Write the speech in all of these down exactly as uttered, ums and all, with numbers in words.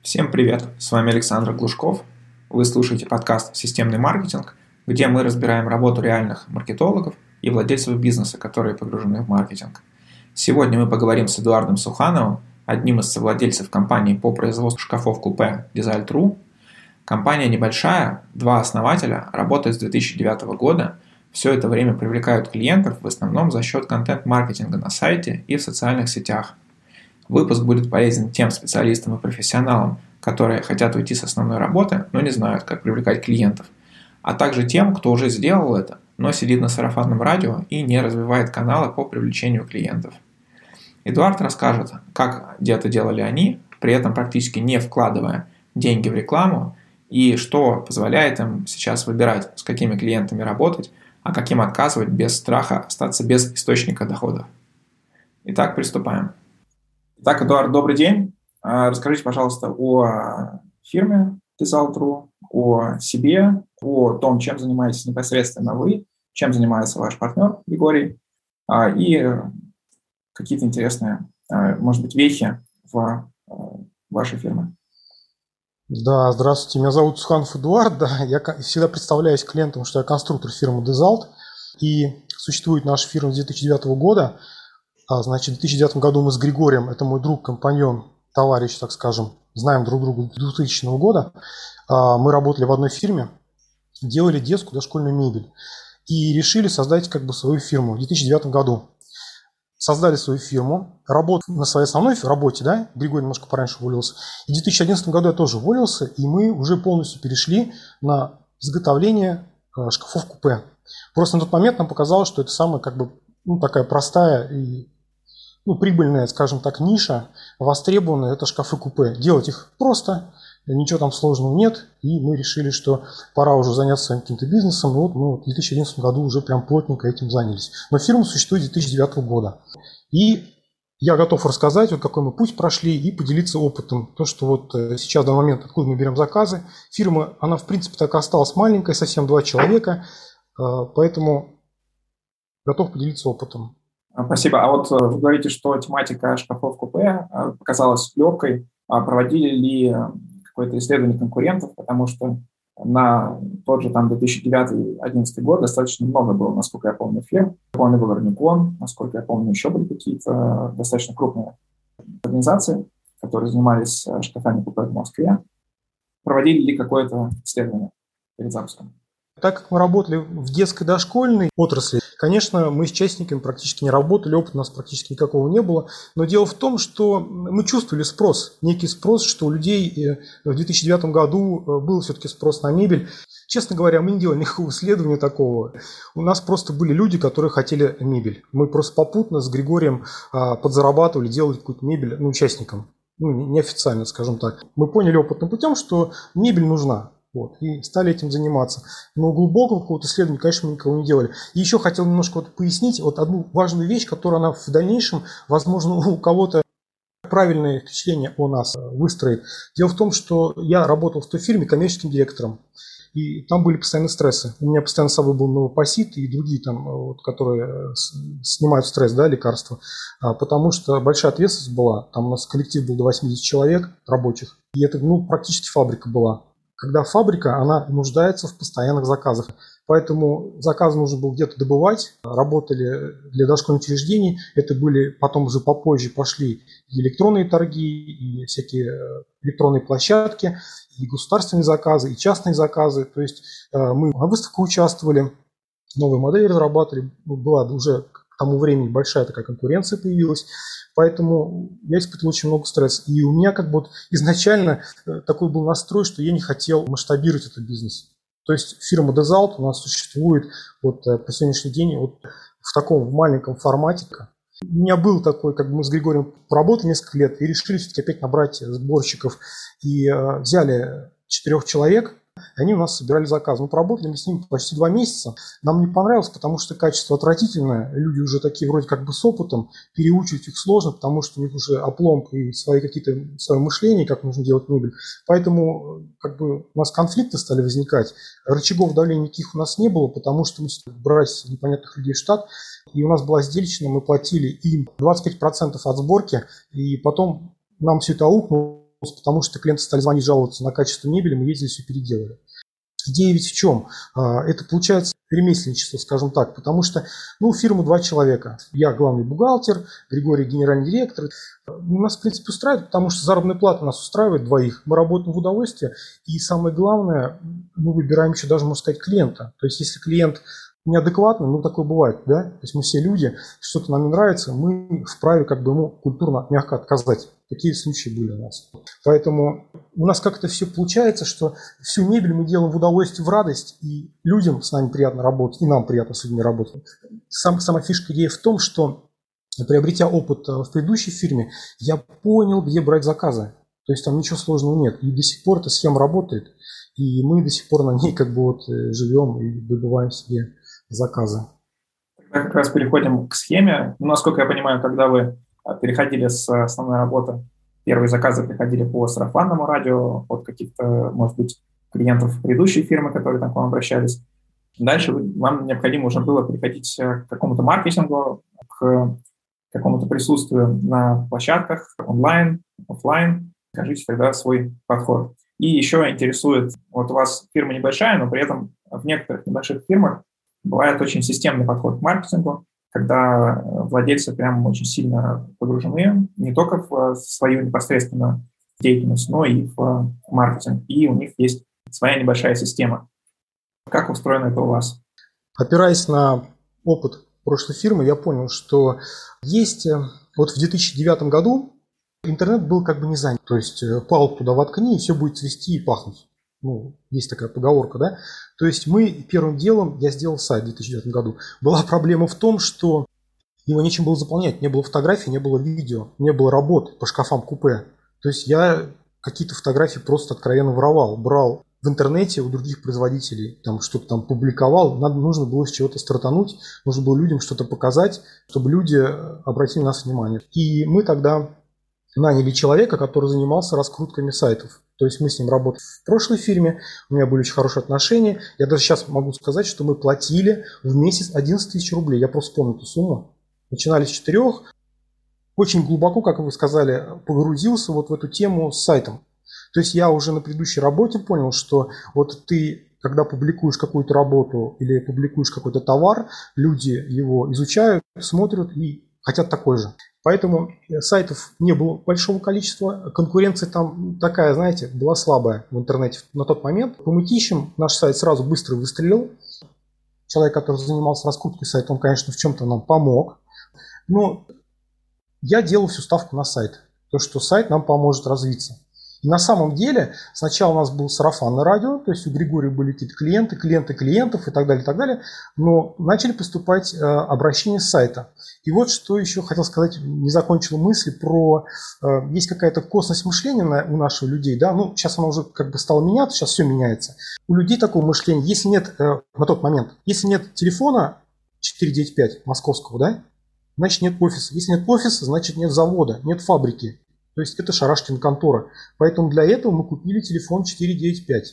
Всем привет, с вами Александр Глушков. Вы слушаете подкаст «Системный маркетинг», где мы разбираем работу реальных маркетологов и владельцев бизнеса, которые погружены в маркетинг. Сегодня мы поговорим с Эдуардом Сухановым, одним из совладельцев компании по производству шкафов-купе Дизаль точка ру. Компания небольшая, два основателя, работает с две тысячи девятого года. Все это время привлекают клиентов в основном за счет контент-маркетинга на сайте и в социальных сетях. Выпуск будет полезен тем специалистам и профессионалам, которые хотят уйти с основной работы, но не знают, как привлекать клиентов, а также тем, кто уже сделал это, но сидит на сарафанном радио и не развивает каналы по привлечению клиентов. Эдуард расскажет, как это делали они, при этом практически не вкладывая деньги в рекламу, и что позволяет им сейчас выбирать, с какими клиентами работать, а каким отказывать без страха остаться без источника доходов. Итак, приступаем. Итак, Эдуард, добрый день. Расскажите, пожалуйста, о фирме Дизаль точка ру, о себе, о том, чем занимаетесь непосредственно вы, чем занимается ваш партнер Григорий, и какие-то интересные, может быть, вехи в вашей фирме. Да, здравствуйте, меня зовут Суханов Эдуард. Да, я всегда представляюсь клиентам, что я конструктор фирмы Дизаль, и существует наша фирма с две тысячи девятого года. Значит, в две тысячи девятом году мы с Григорием, это мой друг, компаньон, товарищ, так скажем, знаем друг друга с двухтысячного года. Мы работали в одной фирме, делали детскую дошкольную мебель и решили создать как бы свою фирму в две тысячи девятом году. Создали свою фирму, работали на своей основной работе, да, Григорий немножко пораньше уволился. И в две тысячи одиннадцатом году я тоже уволился, и мы уже полностью перешли на изготовление шкафов-купе. Просто на тот момент нам показалось, что это самая как бы ну, такая простая и ну, прибыльная, скажем так, ниша, востребованная, это шкафы-купе. Делать их просто, ничего там сложного нет, и мы решили, что пора уже заняться своим каким-то бизнесом, и вот мы в две тысячи одиннадцатом году уже прям плотненько этим занялись. Но фирма существует с две тысячи девятого года. И я готов рассказать, вот какой мы путь прошли, и поделиться опытом. То, что вот сейчас, в данный момент, откуда мы берем заказы. Фирма, она, в принципе, так и осталась маленькой, совсем два человека, поэтому готов поделиться опытом. Спасибо. А вот вы говорите, что тематика шкафов-купе показалась легкой. Проводили ли какое-то исследование конкурентов? Потому что на тот же там две тысячи девятый - две тысячи одиннадцатый год достаточно много было, насколько я помню, фирм. Я помню, был Рникон, насколько я помню, еще были какие-то достаточно крупные организации, которые занимались шкафами-купе в Москве. Проводили ли какое-то исследование перед запуском? Так как мы работали в детской дошкольной отрасли, конечно, мы с частниками практически не работали, опыта у нас практически никакого не было. Но дело в том, что мы чувствовали спрос, некий спрос, что у людей в две тысячи девятом году был все-таки спрос на мебель. Честно говоря, мы не делали никакого исследования такого. У нас просто были люди, которые хотели мебель. Мы просто попутно с Григорием подзарабатывали, делали какую-то мебель ну, участникам. Ну, неофициально, скажем так. Мы поняли опытным путем, что мебель нужна. Вот, и стали этим заниматься. Но глубокого какого-то исследования, конечно, мы никого не делали. И еще хотел немножко вот пояснить вот одну важную вещь, которая она в дальнейшем, возможно, у кого-то правильное впечатление о нас выстроит. Дело в том, что я работал в той фирме коммерческим директором. И там были постоянные стрессы. У меня постоянно с собой был новопосит и другие, там, вот, которые снимают стресс, да, лекарства. А, потому что большая ответственность была. Там у нас коллектив был до восьмидесяти человек рабочих. И это ну, практически фабрика была. Когда фабрика, она нуждается в постоянных заказах. Поэтому заказ нужно было где-то добывать. Работали для дошкольных учреждений. Это были, потом уже попозже пошли и электронные торги, и всякие электронные площадки, и государственные заказы, и частные заказы. То есть мы на выставках участвовали, новые модели разрабатывали. Была уже к тому времени большая такая конкуренция появилась. Поэтому я испытывал очень много стресса. И у меня как бы вот изначально такой был настрой, что я не хотел масштабировать этот бизнес. То есть фирма Дизаль у нас существует вот по сегодняшний день вот в таком в маленьком формате. У меня был такой, как бы мы с Григорием поработали несколько лет и решили все-таки опять набрать сборщиков. И э, взяли четырех человек. И они у нас собирали заказы. Мы поработали мы с ними почти два месяца. Нам не понравилось, потому что качество отвратительное. Люди уже такие вроде как бы с опытом. Переучивать их сложно, потому что у них уже опломб и свои какие-то свое мышление, как нужно делать мебель. Поэтому как бы у нас конфликты стали возникать. Рычагов давления никаких у нас не было, потому что мы брать непонятных людей в штат. И у нас была сдельщина, мы платили им двадцать пять процентов от сборки. И потом нам все это аукнуло. потому что клиенты стали звонить, жаловаться на качество мебели, мы ездили, все переделали. Идея ведь в чем? Это получается ремесленничество, скажем так, потому что, ну, фирма два человека. Я главный бухгалтер, Григорий генеральный директор. Нас, в принципе, устраивает, потому что заработная плата нас устраивает двоих. Мы работаем в удовольствие, и самое главное, мы выбираем еще даже, можно сказать, клиента. То есть, если клиент неадекватный, ну, такое бывает, да? То есть мы все люди, что-то нам не нравится, мы вправе как бы ему культурно, мягко отказать. Такие случаи были у нас. Поэтому у нас как-то все получается, что всю мебель мы делаем в удовольствие, в радость, и людям с нами приятно работать, и нам приятно с людьми работать. Сам, сама фишка, идея в том, что, приобретя опыт в предыдущей фирме, я понял, где брать заказы. То есть там ничего сложного нет. И до сих пор эта схема работает, и мы до сих пор на ней как бы вот живем и добываем себе заказы. Тогда как раз переходим к схеме. Ну, насколько я понимаю, когда вы переходили с основной работы, первые заказы приходили по сарафанному радио от каких-то, может быть, клиентов предыдущей фирмы, которые там к вам обращались. Дальше вам необходимо уже было переходить к какому-то маркетингу, к какому-то присутствию на площадках онлайн, офлайн. Скажите тогда свой подход. И еще интересует, вот у вас фирма небольшая, но при этом в некоторых небольших фирмах бывает очень системный подход к маркетингу, когда владельцы прям очень сильно погружены не только в свою непосредственную деятельность, но и в маркетинг. И у них есть своя небольшая система. Как устроено это у вас? Опираясь на опыт прошлой фирмы, я понял, что есть... Вот в две тысячи девятом году интернет был как бы не занят. То есть палку туда воткни, и все будет цвести и пахнуть. Ну, есть такая поговорка, да? То есть мы первым делом, я сделал сайт в две тысячи девятом году. Была проблема в том, что его нечем было заполнять. Не было фотографий, не было видео, не было работ по шкафам купе. То есть я какие-то фотографии просто откровенно воровал. Брал в интернете у других производителей, там что-то там публиковал. Надо, нужно было с чего-то стартануть, нужно было людям что-то показать, чтобы люди обратили на нас внимание. И мы тогда наняли человека, который занимался раскрутками сайтов. То есть мы с ним работали в прошлой фирме, у меня были очень хорошие отношения. Я даже сейчас могу сказать, что мы платили в месяц одиннадцать тысяч рублей. Я просто помню эту сумму. Начинали с четырех. Очень глубоко, как вы сказали, погрузился вот в эту тему с сайтом. То есть я уже на предыдущей работе понял, что вот ты, когда публикуешь какую-то работу или публикуешь какой-то товар, люди его изучают, смотрят и хотят такой же. Поэтому сайтов не было большого количества, конкуренция там такая, знаете, была слабая в интернете на тот момент. По мытищам наш сайт сразу быстро выстрелил. Человек, который занимался раскруткой сайта, он, конечно, в чем-то нам помог. Но я делал всю ставку на сайт, то, что сайт нам поможет развиться. И на самом деле сначала у нас был сарафанное радио, то есть у Григория были какие-то клиенты, клиенты клиентов и так далее, и так далее, но начали поступать э, обращения с сайта. И вот что еще хотел сказать, не закончил мысли про, э, есть какая-то косность мышления на, у наших людей, да, ну сейчас она уже как бы стала меняться, сейчас все меняется. У людей такого мышления, если нет, э, на тот момент, если нет телефона четыре девять пять московского, да, значит нет офиса. Если нет офиса, значит нет завода, нет фабрики. То есть это Шарашкина контора. Поэтому для этого мы купили телефон четыре девять пять.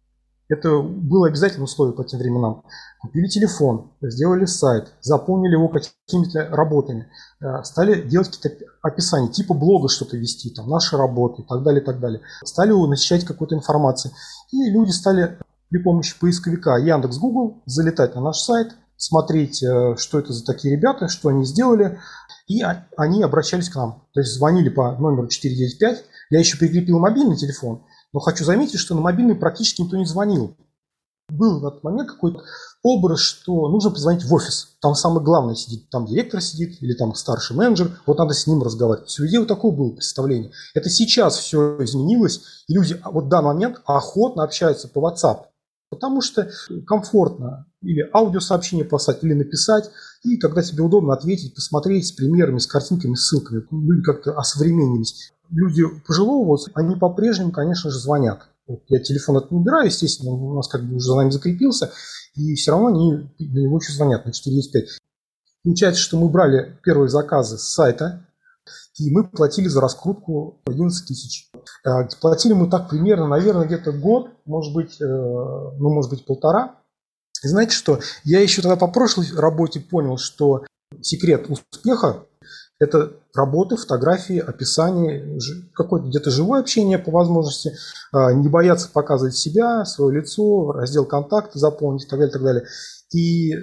Это было обязательное условие по тем временам. Купили телефон, сделали сайт, заполнили его какими-то работами, стали делать какие-то описания, типа блога что-то вести, там, наши работы и так далее, и так далее. Стали насыщать какой-то информацией. И люди стали при помощи поисковика Яндекс, Google залетать на наш сайт, смотреть, что это за такие ребята, что они сделали, и они обращались к нам. То есть звонили по номеру четыре девять пять. Я еще прикрепил мобильный телефон, но хочу заметить, что на мобильный практически никто не звонил. Был в этот момент какой-то образ, что нужно позвонить в офис. Там самое главное сидит, там директор сидит или там старший менеджер, вот надо с ним разговаривать. У людей вот такое было представление. Это сейчас все изменилось, и люди вот в данный момент охотно общаются по WhatsApp. Потому что комфортно или аудиосообщение послать, или написать, и когда тебе удобно ответить, посмотреть с примерами, с картинками, с ссылками. Люди как-то осовременились. Люди пожилого возраста, они по-прежнему, конечно же, звонят. Вот я телефон этот не убираю, естественно, у нас как бы уже за нами закрепился, и все равно они на него еще звонят на четыре девять пять. Получается, что мы брали первые заказы с сайта, и мы платили за раскрутку одиннадцать тысяч. Платили мы так примерно, наверное, где-то год, может быть, ну, может быть, полтора. И знаете что, я еще тогда по прошлой работе понял, что секрет успеха – Это работы, фотографии, описание, какое-то где-то живое общение по возможности, не бояться показывать себя, свое лицо, раздел контакты заполнить и так далее, и так далее. И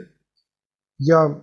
я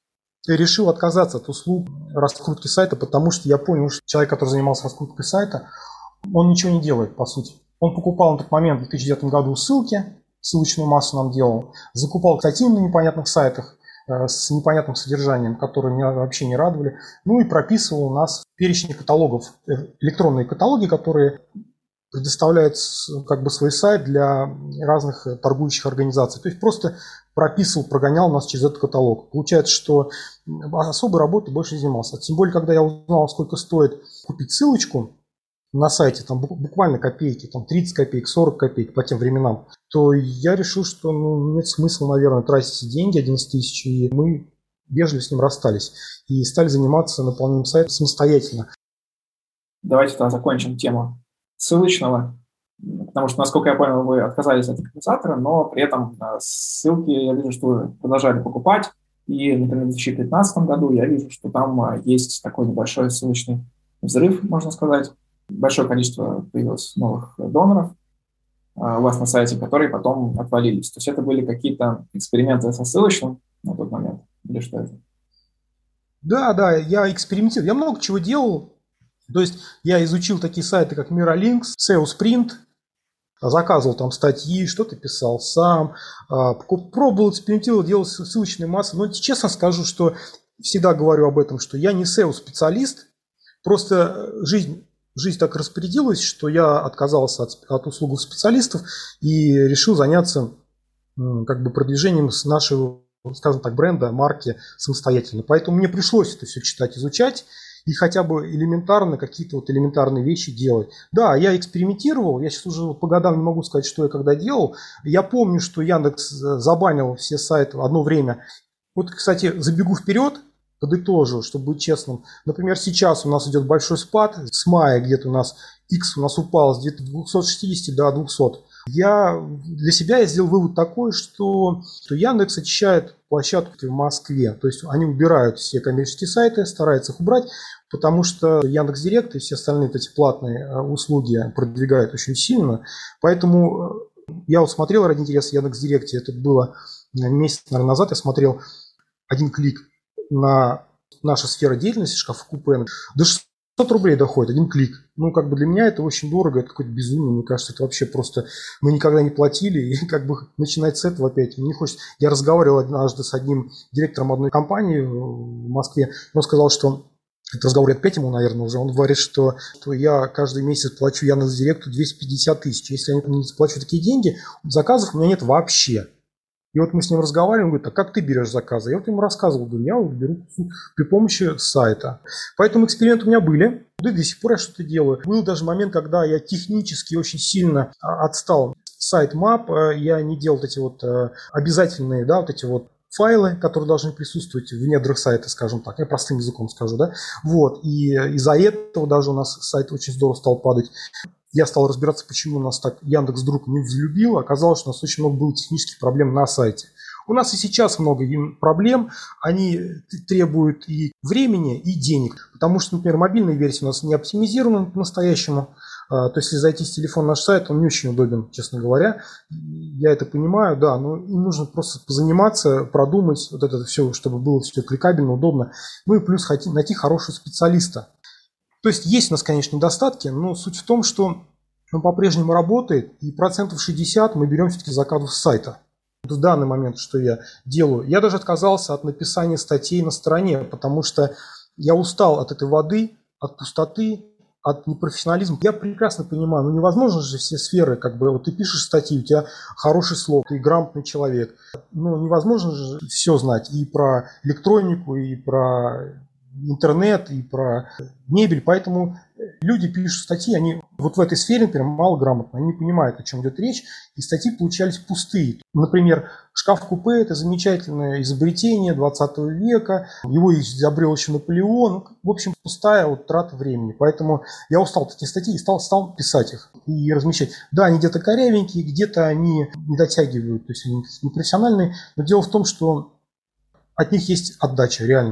решил отказаться от услуг раскрутки сайта, потому что я понял, что человек, который занимался раскруткой сайта, он ничего не делает, по сути. Он покупал на тот момент в две тысячи девятом году ссылки, ссылочную массу нам делал, закупал статьи на непонятных сайтах э, с непонятным содержанием, которые меня вообще не радовали, ну и прописывал у нас перечень каталогов, э, электронные каталоги, которые предоставляют как бы свой сайт для разных торгующих организаций. То есть просто прописывал, прогонял нас через этот каталог. Получается, что особой работой больше не занимался. Тем более, когда я узнал, сколько стоит купить ссылочку на сайте, там буквально копейки, там тридцать копеек, сорок копеек по тем временам, то я решил, что ну, нет смысла, наверное, тратить эти деньги, одиннадцать тысяч, и мы вежливо с ним расстались. И стали заниматься наполнением сайта самостоятельно. Давайте тогда закончим тему ссылочного, потому что, насколько я понял, вы отказались от организатора, но при этом ссылки я вижу, что вы продолжали покупать, и, например, в две тысячи пятнадцатом году я вижу, что там есть такой небольшой ссылочный взрыв, можно сказать. Большое количество появилось новых доноров у вас на сайте, которые потом отвалились. То есть это были какие-то эксперименты со ссылочным на тот момент, или что это? Да, да, я экспериментировал, я много чего делал. То есть я изучил такие сайты, как Miralinks, сео Sprint, заказывал там статьи, что-то писал сам, пробовал, экспериментировал, делал ссылочные массы. Но честно скажу, что всегда говорю об этом, что я не сео-специалист, просто жизнь, жизнь так распорядилась, что я отказался от, от услуг специалистов и решил заняться как бы продвижением с нашего, скажем так, бренда, марки самостоятельно. Поэтому мне пришлось это все читать, изучать. И хотя бы элементарно какие-то вот элементарные вещи делать. Да, я экспериментировал, я сейчас уже по годам не могу сказать, что я когда делал. Я помню, что Яндекс забанил все сайты одно время. Вот, кстати, забегу вперед, подытожу, чтобы быть честным. Например, сейчас у нас идет большой спад. С мая где-то у нас X у нас упал с двухсот шестидесяти до двухсот. Я для себя я сделал вывод такой, что, что Яндекс очищает площадки в Москве. То есть они убирают все коммерческие сайты, стараются их убрать, потому что Яндекс.Директ и все остальные эти платные услуги продвигают очень сильно. Поэтому я вот смотрел ради интереса Яндекс.Директе, это было месяц, наверное, назад, я смотрел один клик на нашу сферу деятельности, шкаф-купе. До шестисот рублей доходит, один клик. Ну, как бы для меня это очень дорого, это какое-то безумие. Мне кажется, это вообще просто... Мы никогда не платили, и как бы начинать с этого опять мне не хочется. Я разговаривал однажды с одним директором одной компании в Москве. Он сказал, что... Это разговор лет пять ему, наверное, уже. Он говорит, что, что я каждый месяц плачу Яндекс.Директу двести пятьдесят тысяч. Если я не заплачу такие деньги, заказов у меня нет вообще. И вот мы с ним разговариваем, он говорит, а как ты берешь заказы? Я вот ему рассказывал, говорю, я беру при помощи сайта. Поэтому эксперименты у меня были, да и до сих пор я что-то делаю. Был даже момент, когда я технически очень сильно отстал. Сайт Map, я не делал вот эти вот обязательные, да, вот эти вот файлы, которые должны присутствовать в недрах сайта, скажем так, я простым языком скажу, да, вот, и из-за этого даже у нас сайт очень здорово стал падать. Я стал разбираться, почему у нас так Яндекс вдруг не взлюбил. Оказалось, что у нас очень много было технических проблем на сайте. У нас и сейчас много проблем. Они требуют и времени, и денег. Потому что, например, мобильная версия у нас не оптимизирована по-настоящему. То есть, если зайти с телефона на наш сайт, он не очень удобен, честно говоря. Я это понимаю, да, но им нужно просто позаниматься, продумать вот это все, чтобы было все кликабельно, удобно. Ну и плюс найти хорошего специалиста. То есть есть у нас, конечно, недостатки, но суть в том, что он по-прежнему работает, и процентов шестьдесят мы берем все-таки заказов с сайта. В данный момент, что я делаю, я даже отказался от написания статей на стороне, потому что я устал от этой воды, от пустоты, от непрофессионализма. Я прекрасно понимаю, ну невозможно же все сферы, как бы, вот ты пишешь статьи, у тебя хороший слог, ты грамотный человек. Ну невозможно же все знать и про электронику, и про интернет, и про мебель, поэтому люди пишут статьи, они вот в этой сфере, например, малограмотно, они не понимают, о чем идет речь, и статьи получались пустые. Например, шкаф-купе – это замечательное изобретение двадцатого века, его изобрел еще Наполеон, в общем, пустая вот трата времени, поэтому я устал от этих статей и стал, стал писать их и размещать. Да, они где-то корявенькие, где-то они не дотягивают, то есть они непрофессиональные, но дело в том, что от них есть отдача реальная.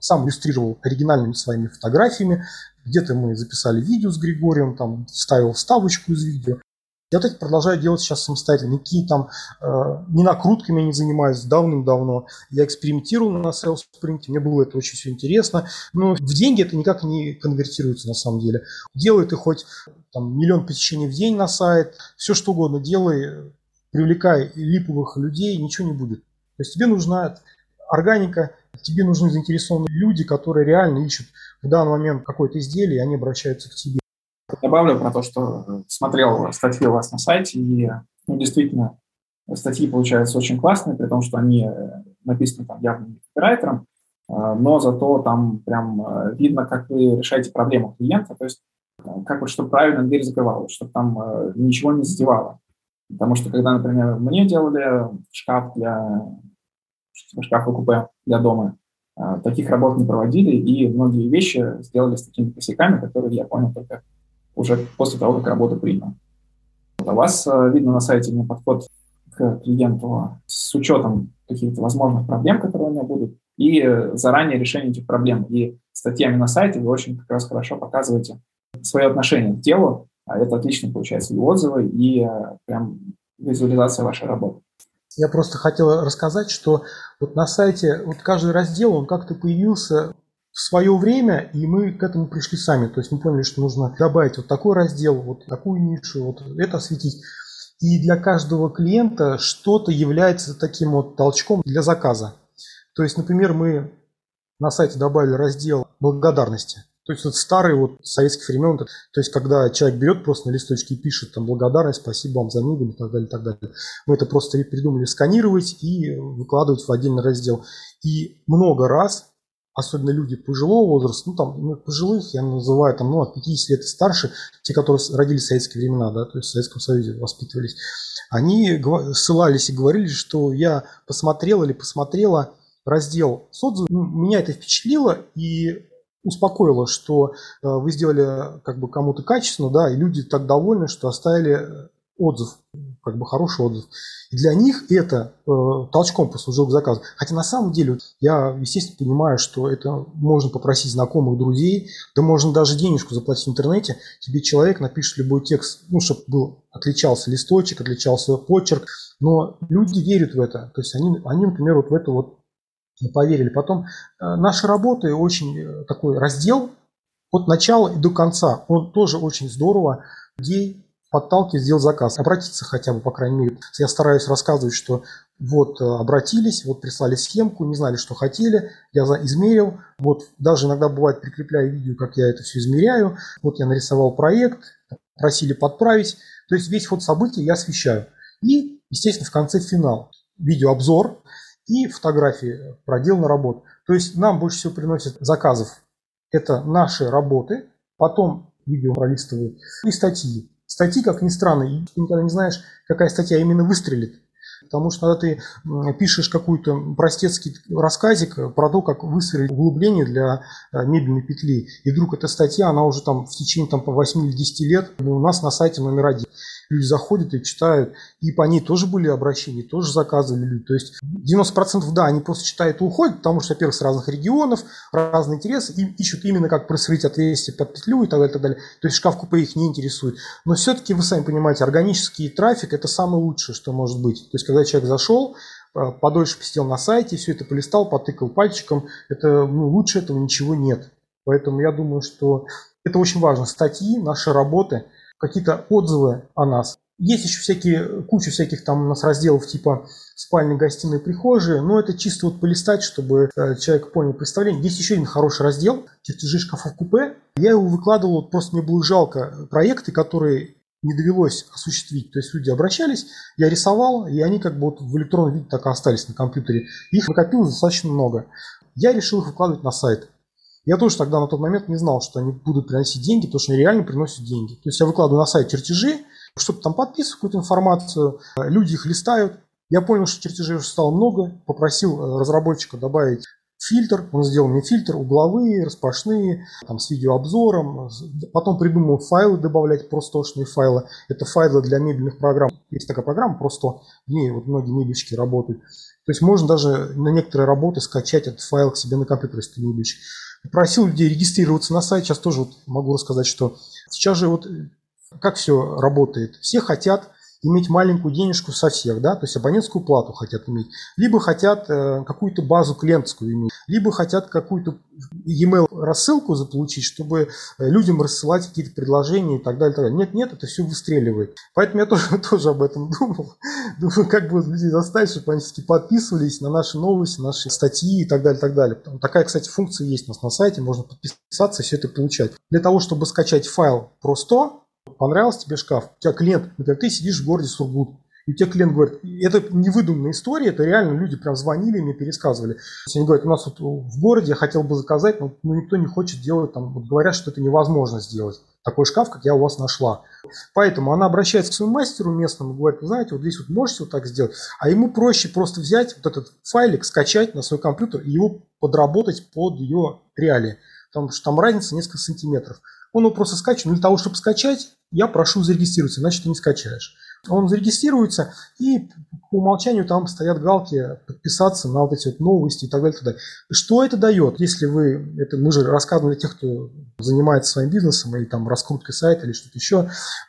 сам иллюстрировал оригинальными своими фотографиями. Где-то мы записали видео с Григорием, там вставил вставочку из видео. Я вот это продолжаю делать сейчас самостоятельно. Никакие там э, не накрутками я не занимаюсь давным-давно. Я экспериментировал на SalesSprint, мне было это очень все интересно. Но в деньги это никак не конвертируется на самом деле. Делай ты хоть там, миллион посещений в день на сайт, все что угодно делай, привлекай липовых людей, ничего не будет. То есть тебе нужна органика, тебе нужны заинтересованные люди, которые реально ищут в данный момент какое-то изделие, и они обращаются к тебе. Добавлю про то, что смотрел статьи у вас на сайте, и ну, действительно статьи получаются очень классные, при том, что они написаны там явно не копирайтером, но зато там прям видно, как вы решаете проблему клиента, то есть как вот, чтобы правильно дверь закрывалась, чтобы там ничего не задевало. Потому что когда, например, мне делали шкаф для шкафа купе для дома, таких работ не проводили, и многие вещи сделали с такими косяками, которые я понял только уже после того, как работа приняла. У вас видно на сайте не подход к клиенту с учетом каких-то возможных проблем, которые у него будут, и заранее решение этих проблем. И статьями на сайте вы очень как раз хорошо показываете свое отношение к делу, а это отлично получается и отзывы, и прям визуализация вашей работы. Я просто хотел рассказать, что вот на сайте вот каждый раздел, он как-то появился в свое время, и мы к этому пришли сами. То есть мы поняли, что нужно добавить вот такой раздел, вот такую нишу, вот это осветить. И для каждого клиента что-то является таким вот толчком для заказа. То есть, например, мы на сайте добавили раздел благодарности. То есть вот старый вот советских времен, то есть когда человек берет просто на листочке и пишет там благодарность, спасибо вам за мебель и так далее, и так далее. Мы это просто придумали сканировать и выкладывать в отдельный раздел. И много раз, особенно люди пожилого возраста, ну там ну, пожилых я называю там, ну, от пятидесяти лет и старше, те, которые родились в советские времена, да, то есть в Советском Союзе воспитывались, они ссылались и говорили, что я посмотрел или посмотрела раздел с отзывами, ну, меня это впечатлило и успокоило, что э, вы сделали как бы кому-то качественно, да, и люди так довольны, что оставили отзыв, как бы хороший отзыв. И для них это э, толчком послужило к заказу. Хотя на самом деле я, естественно, понимаю, что это можно попросить знакомых, друзей, да можно даже денежку заплатить в интернете. Тебе человек напишет любой текст, ну, чтобы был, отличался листочек, отличался почерк, но люди верят в это. То есть они, они например, вот в это вот поверили. Потом э, наши работы очень э, такой раздел от начала и до конца. Он тоже очень здорово людей подталкивает сделать заказ. Обратиться хотя бы, по крайней мере. Я стараюсь рассказывать, что вот э, обратились, вот прислали схемку, не знали, что хотели, я измерил. Вот даже иногда бывает прикрепляю видео, как я это все измеряю. Вот я нарисовал проект, просили подправить. То есть весь ход событий я освещаю. И, естественно, в конце финал. Видеообзор и фотографии проделанной работы. То есть нам больше всего приносят заказов. Это наши работы, потом видео пролистывают и статьи. Статьи, как ни странно, ты никогда не знаешь, какая статья именно выстрелит. Потому что когда ты пишешь какой-то простецкий рассказик про то, как выстрелить углубление для мебельной петли, и вдруг эта статья, она уже там в течение там, по восьми или десяти лет у нас на сайте номер один. Люди заходят и читают, и по ней тоже были обращения, тоже заказывали люди. То есть девяносто процентов, да, они просто читают и уходят, потому что, во-первых, с разных регионов, разные интересы, и ищут именно как просверлить отверстие под петлю и так далее, и так далее. То есть шкаф-купе их не интересует. Но все-таки, вы сами понимаете, органический трафик – это самое лучшее, что может быть. То есть когда человек зашел, подольше посидел на сайте, все это полистал, потыкал пальчиком, это, ну, лучше этого ничего нет. Поэтому я думаю, что это очень важно. Статьи, наши работы, какие-то отзывы о нас. Есть еще всякие, куча всяких там у нас разделов типа спальня, гостиная, прихожая, но это чисто вот полистать, чтобы э, человек понял представление. Есть еще один хороший раздел, чертежи шкафов купе. Я его выкладывал, вот просто мне было жалко проекты, которые не довелось осуществить. То есть люди обращались, я рисовал, и они как бы вот в электронном виде так и остались на компьютере. Их накопилось достаточно много. Я решил их выкладывать на сайт. Я тоже тогда на тот момент не знал, что они будут приносить деньги, потому что они реально приносят деньги. То есть я выкладываю на сайт чертежи, чтобы там подписывать какую-то информацию, люди их листают. Я понял, что чертежей уже стало много, попросил разработчика добавить фильтр, он сделал мне фильтр, угловые, распашные, там, с видеообзором, потом придумал файлы добавлять, простошные файлы, это файлы для мебельных программ, есть такая программа, просто в ней вот многие мебельщики работают, то есть можно даже на некоторые работы скачать этот файл к себе на компьютер, если ты мебельщик. Просил людей регистрироваться на сайт, сейчас тоже вот могу рассказать, что сейчас же вот как все работает, все хотят иметь маленькую денежку со всех, да, то есть абонентскую плату хотят иметь, либо хотят э, какую-то базу клиентскую иметь, либо хотят какую-то e-mail рассылку заполучить, чтобы людям рассылать какие-то предложения и так далее. Так далее. Нет, нет, это все выстреливает. Поэтому я тоже, тоже об этом думал. Думаю, как бы людей заставить, чтобы они все-таки подписывались на наши новости, наши статьи и так далее, так далее. Такая, кстати, функция есть у нас на сайте, можно подписаться и все это получать. Для того, чтобы скачать файл про сто, понравился тебе шкаф, у тебя клиент, например, ты сидишь в городе Сургут, и у тебя клиент говорит, это не выдуманная история, это реально люди прям звонили и мне пересказывали. Они говорят, у нас вот в городе я хотел бы заказать, но, но никто не хочет делать, там, вот говорят, что это невозможно сделать. Такой шкаф, как я у вас нашла. Поэтому она обращается к своему мастеру местному, говорит, вы знаете, вот здесь вот можете вот так сделать, а ему проще просто взять вот этот файлик, скачать на свой компьютер и его подработать под ее реалии, потому что там разница несколько сантиметров. Он его просто скачивает. Но для того, чтобы скачать, я прошу зарегистрироваться, иначе ты не скачаешь. Он зарегистрируется, и по умолчанию там стоят галки подписаться на вот эти вот новости и так далее, и так далее. Что это дает, если вы, это мы же рассказываем для тех, кто занимается своим бизнесом или там раскруткой сайта или что-то еще,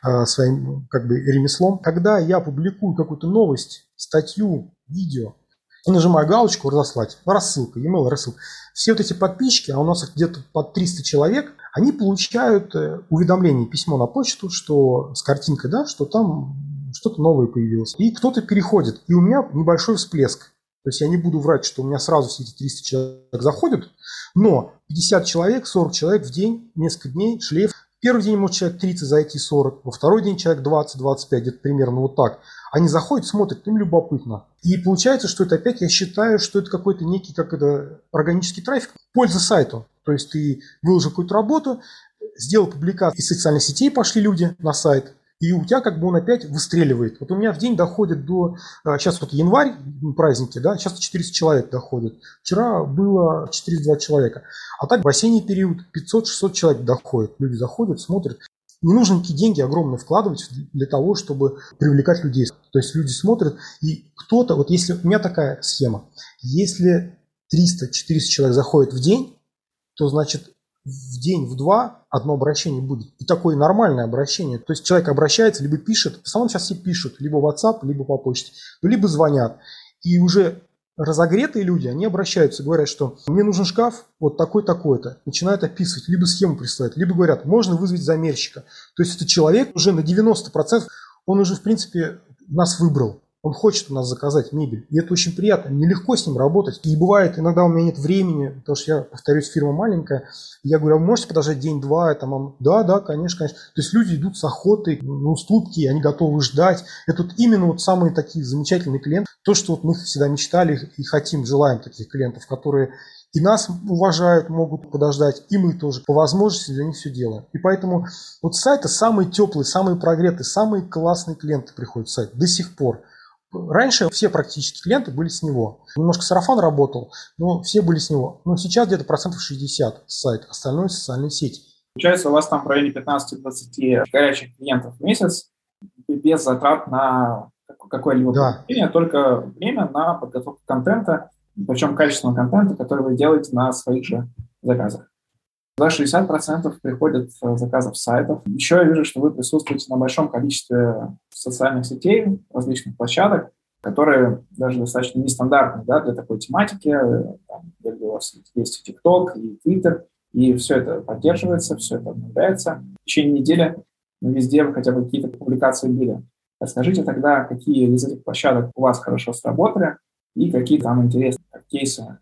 своим как бы ремеслом. Когда я публикую какую-то новость, статью, видео, и нажимаю галочку «Разослать», рассылка, e-mail, рассылка. Все вот эти подписчики, а у нас их где-то под триста человек, они получают уведомление, письмо на почту, что с картинкой, да, что там что-то новое появилось. И кто-то переходит, и у меня небольшой всплеск. То есть я не буду врать, что у меня сразу все эти триста человек заходят, но пятьдесят человек, сорок человек в день, несколько дней, шлейф. В первый день может человек тридцать зайти, сорок, во второй день человек двадцать двадцать пять, где-то примерно вот так. Они заходят, смотрят, им любопытно. И получается, что это опять, я считаю, что это какой-то некий, как это, органический трафик, польза сайту. То есть ты выложил какую-то работу, сделал публикацию, из социальных сетей пошли люди на сайт, и у тебя как бы он опять выстреливает. Вот у меня в день доходит до, сейчас вот январь, праздники, да, сейчас четыреста человек доходит. Вчера было четыреста два человека. А так в осенний период пятьсот-шестьсот человек доходит. Люди заходят, смотрят. Не нужно никакие деньги огромные вкладывать для того, чтобы привлекать людей. То есть люди смотрят, и кто-то, вот если у меня такая схема, если триста-четыреста человек заходит в день, то значит в день, в два одно обращение будет. И такое нормальное обращение. То есть человек обращается, либо пишет, в основном сейчас все пишут, либо в WhatsApp, либо по почте, либо звонят. И уже разогретые люди, они обращаются, говорят, что мне нужен шкаф вот такой-такой-то. Начинают описывать, либо схему присылать, либо говорят, можно вызвать замерщика. То есть это человек уже на девяносто процентов, он уже в принципе нас выбрал. Он хочет у нас заказать мебель. И это очень приятно. Нелегко с ним работать. И бывает, иногда у меня нет времени, потому что я, повторюсь, фирма маленькая. Я говорю, а вы можете подождать день-два? Там, да, да, конечно, конечно. То есть люди идут с охотой на уступки, они готовы ждать. Это вот именно вот самые такие замечательные клиенты. То, что вот мы всегда мечтали и хотим, желаем таких клиентов, которые и нас уважают, могут подождать, и мы тоже по возможности для них все делаем. И поэтому вот с сайта самые теплые, самые прогретые, самые классные клиенты приходят в сайт до сих пор. Раньше все практически клиенты были с него. Немножко сарафан работал, но все были с него. Но сейчас где-то процентов шестьдесят с сайта, остальное социальные сети. Получается, у вас там в районе пятнадцать-двадцать горячих клиентов в месяц, без затрат на какое-либо подключение, да. Только время на подготовку контента, причем качественного контента, который вы делаете на своих же заказах. За шестьдесят процентов приходят заказов с сайтов. Еще я вижу, что вы присутствуете на большом количестве социальных сетей, различных площадок, которые даже достаточно нестандартные, да, для такой тематики. Там, где у вас есть и TikTok, и Twitter, и все это поддерживается, все это обновляется. В течение недели везде вы хотя бы какие-то публикации были. Расскажите тогда, какие из этих площадок у вас хорошо сработали и какие там интересные кейсы.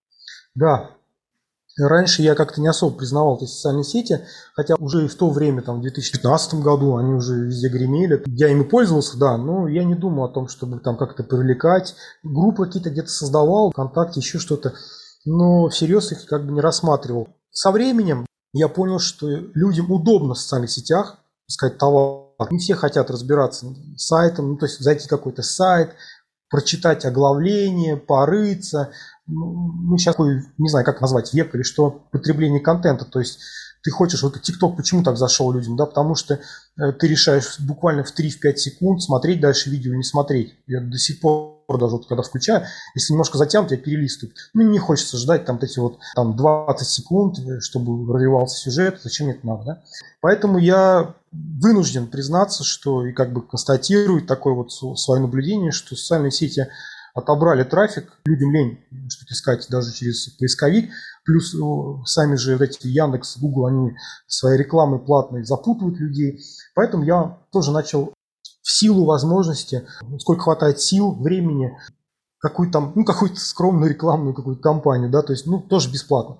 Да. Раньше я как-то не особо признавал эти социальные сети, хотя уже и в то время, там, в две тысячи пятнадцатом году, они уже везде гремели. Я ими пользовался, да, но я не думал о том, чтобы там как-то привлекать. Группы какие-то где-то создавал, ВКонтакте, еще что-то, но всерьез их как бы не рассматривал. Со временем я понял, что людям удобно в социальных сетях искать товар. Не все хотят разбираться с сайтом, ну, то есть зайти в какой-то сайт, прочитать оглавление, порыться. ну, сейчас такой, не знаю, как назвать, век или что, потребление контента. То есть ты хочешь, вот ТикТок почему так зашел людям, да, потому что э, ты решаешь буквально в три-пять секунд смотреть дальше видео или не смотреть. Я до сих пор даже вот когда включаю, если немножко затянут, я перелистываю. Ну, не хочется ждать там эти вот там двадцать секунд, чтобы развивался сюжет, зачем мне это надо, да? Поэтому я вынужден признаться, что и как бы констатировать такое вот свое наблюдение, что социальные сети отобрали трафик, людям лень что-то искать даже через поисковик, плюс сами же эти Яндекс, Google, они своей рекламой платной запутывают людей, поэтому я тоже начал в силу возможности, сколько хватает сил, времени, какую-то там, ну, какую-то скромную рекламную какую-то кампанию, да, то есть, ну, тоже бесплатно.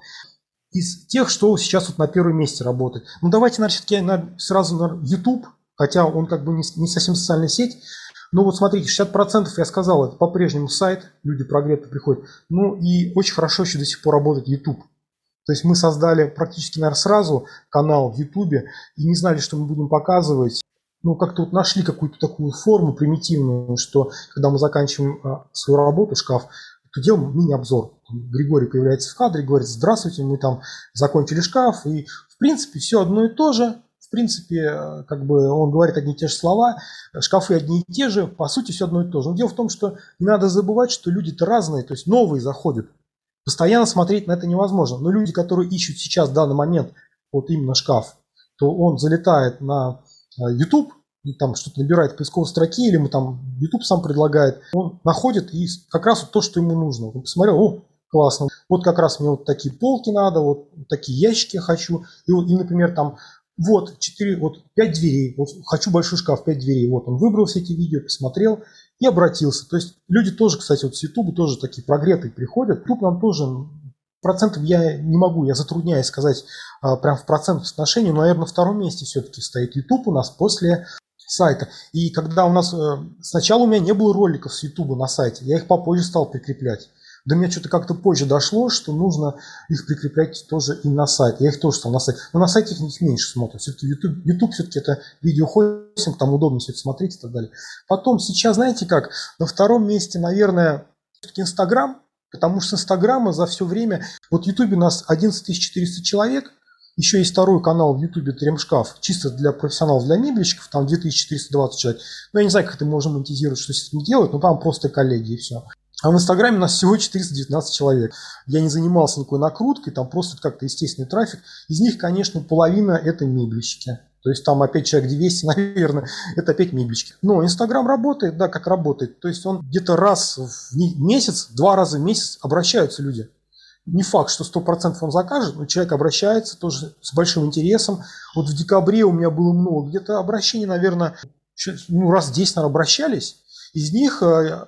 Из тех, что сейчас вот на первом месте работает. Ну, давайте, наверное, все-таки сразу на YouTube, хотя он как бы не, не совсем социальная сеть. Ну вот смотрите, шестьдесят процентов, я сказал, это по-прежнему сайт, люди прогреты приходят. Ну и очень хорошо еще до сих пор работает YouTube. То есть мы создали практически, наверное, сразу канал в YouTube и не знали, что мы будем показывать. Ну как-то вот нашли какую-то такую форму примитивную, что когда мы заканчиваем а, свою работу, шкаф, то делаем мини-обзор. Григорий появляется в кадре, говорит: здравствуйте, мы там закончили шкаф. И в принципе все одно и то же. В принципе, как бы он говорит одни и те же слова, шкафы одни и те же, по сути, все одно и то же. Но дело в том, что не надо забывать, что люди-то разные, то есть новые заходят. Постоянно смотреть на это невозможно. Но люди, которые ищут сейчас в данный момент вот именно шкаф, то он залетает на YouTube, и там что-то набирает в поисковой строке, или ему там YouTube сам предлагает, он находит и как раз вот то, что ему нужно. Он посмотрел: о, классно, вот как раз мне вот такие полки надо, вот такие ящики я хочу, и, и например, там вот четыре, вот пять дверей, вот хочу большой шкаф, пять дверей. Вот он выбрал все эти видео, посмотрел и обратился. То есть люди тоже, кстати, вот с YouTube тоже такие прогретые приходят. YouTube нам тоже процентов я не могу, я затрудняюсь сказать а, прям в процентном соотношении, но, наверное, на втором месте все-таки стоит YouTube у нас после сайта. И когда у нас сначала у меня не было роликов с YouTube на сайте, я их попозже стал прикреплять. До меня что-то как-то позже дошло, что нужно их прикреплять тоже и на сайт. Я их тоже стал на сайте. Но на сайте их меньше смотрят. Все-таки YouTube, YouTube все-таки это видеохостинг, там удобно все это смотреть и так далее. Потом сейчас, знаете как, на втором месте, наверное, все-таки Инстаграм, потому что с Инстаграма за все время, вот в YouTube у нас одиннадцать тысяч четыреста человек, еще есть второй канал в YouTube Тремшкаф, чисто для профессионалов, для мебельщиков, там две тысячи четыреста двадцать человек. Ну, я не знаю, как это можно монетизировать, что с этим делать, но там просто коллеги и все. А в Инстаграме у нас всего четыреста девятнадцать человек. Я не занимался никакой накруткой, там просто как-то естественный трафик. Из них, конечно, половина это мебельщики. То есть там опять человек двести, наверное, это опять мебельщики. Но Инстаграм работает, да, как работает. То есть он где-то раз в месяц, два раза в месяц обращаются люди. Не факт, что сто процентов он закажет, но человек обращается тоже с большим интересом. Вот в декабре у меня было много, где-то обращений, наверное, ну, раз десять, наверное, обращались. Из них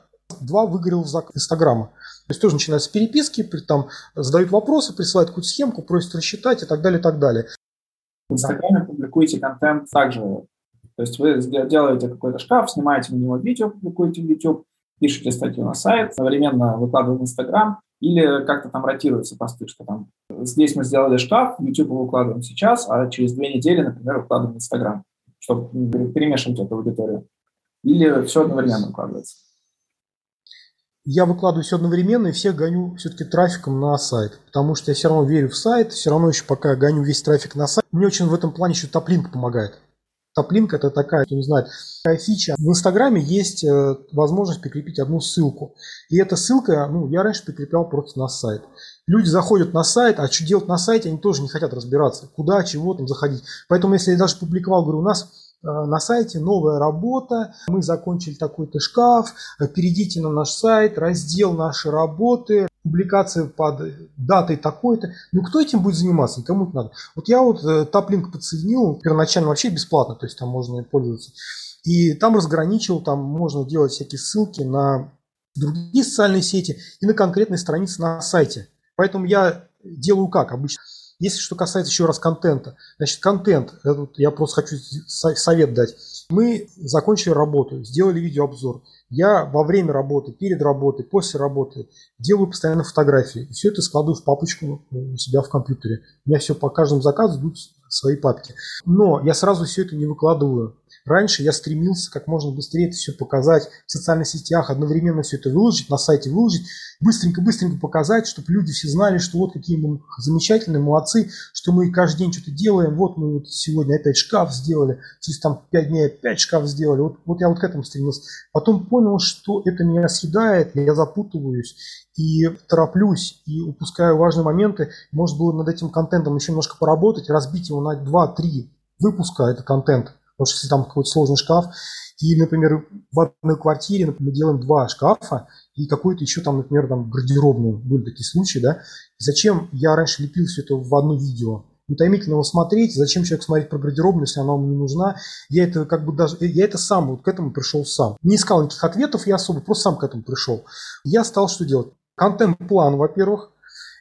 два выгорел в Инстаграма. То есть тоже начинаются переписки, там задают вопросы, присылают какую-то схемку, просят рассчитать и так далее, и так далее. В Инстаграме публикуете контент также. То есть вы делаете какой-то шкаф, снимаете на него видео, публикуете в YouTube, пишете статью на сайт, одновременно выкладываем в Инстаграм, или как-то там ротируются посты, что там здесь мы сделали шкаф, в YouTube выкладываем сейчас, а через две недели, например, выкладываем в Инстаграм, чтобы перемешивать эту аудиторию. Или все одновременно выкладывается. Я выкладываю все одновременно и всех гоню все-таки трафиком на сайт, потому что я все равно верю в сайт, все равно еще пока гоню весь трафик на сайт. Мне очень в этом плане еще Топлинк помогает. Топлинк это такая, кто не знает, такая фича. В Инстаграме есть возможность прикрепить одну ссылку. И эта ссылка, ну, я раньше прикреплял просто на сайт. Люди заходят на сайт, а что делать на сайте, они тоже не хотят разбираться, куда, чего там заходить. Поэтому если я даже публиковал, говорю, у нас на сайте новая работа, мы закончили такой-то шкаф, перейдите на наш сайт, раздел наши работы, публикация под датой такой-то. Ну, кто этим будет заниматься? Никому это надо. Вот я вот Топлинк подсоединил, первоначально вообще бесплатно, то есть там можно пользоваться. И там разграничил, там можно делать всякие ссылки на другие социальные сети и на конкретные страницы на сайте. Поэтому я делаю как обычно. Если что касается еще раз контента, значит, контент, это вот я просто хочу совет дать. Мы закончили работу, сделали видеообзор. Я во время работы, перед работой, после работы делаю постоянно фотографии. И все это складываю в папочку у себя в компьютере. У меня все по каждому заказу идут свои папки. Но я сразу все это не выкладываю. Раньше я стремился как можно быстрее это все показать в социальных сетях, одновременно все это выложить, на сайте выложить, быстренько-быстренько показать, чтобы люди все знали, что вот какие мы замечательные, молодцы, что мы каждый день что-то делаем, вот мы вот сегодня опять шкаф сделали, через там пять дней опять шкаф сделали, вот, вот я вот к этому стремился. Потом понял, что это меня съедает, я запутываюсь и тороплюсь, и упускаю важные моменты. Может было над этим контентом еще немножко поработать, разбить его на два-три выпуска, это контент. Потому что если там какой-то сложный шкаф, и, например, в одной квартире, например, мы делаем два шкафа, и какой-то еще там, например, там гардеробную, были такие случаи, да, и зачем я раньше лепил все это в одно видео? Утомительно его смотреть, зачем человеку смотреть про гардеробную, если она ему не нужна? Я это как бы даже, я это сам, вот к этому пришел сам. Не искал никаких ответов я особо, просто сам к этому пришел. Я стал что делать? Контент-план, во-первых,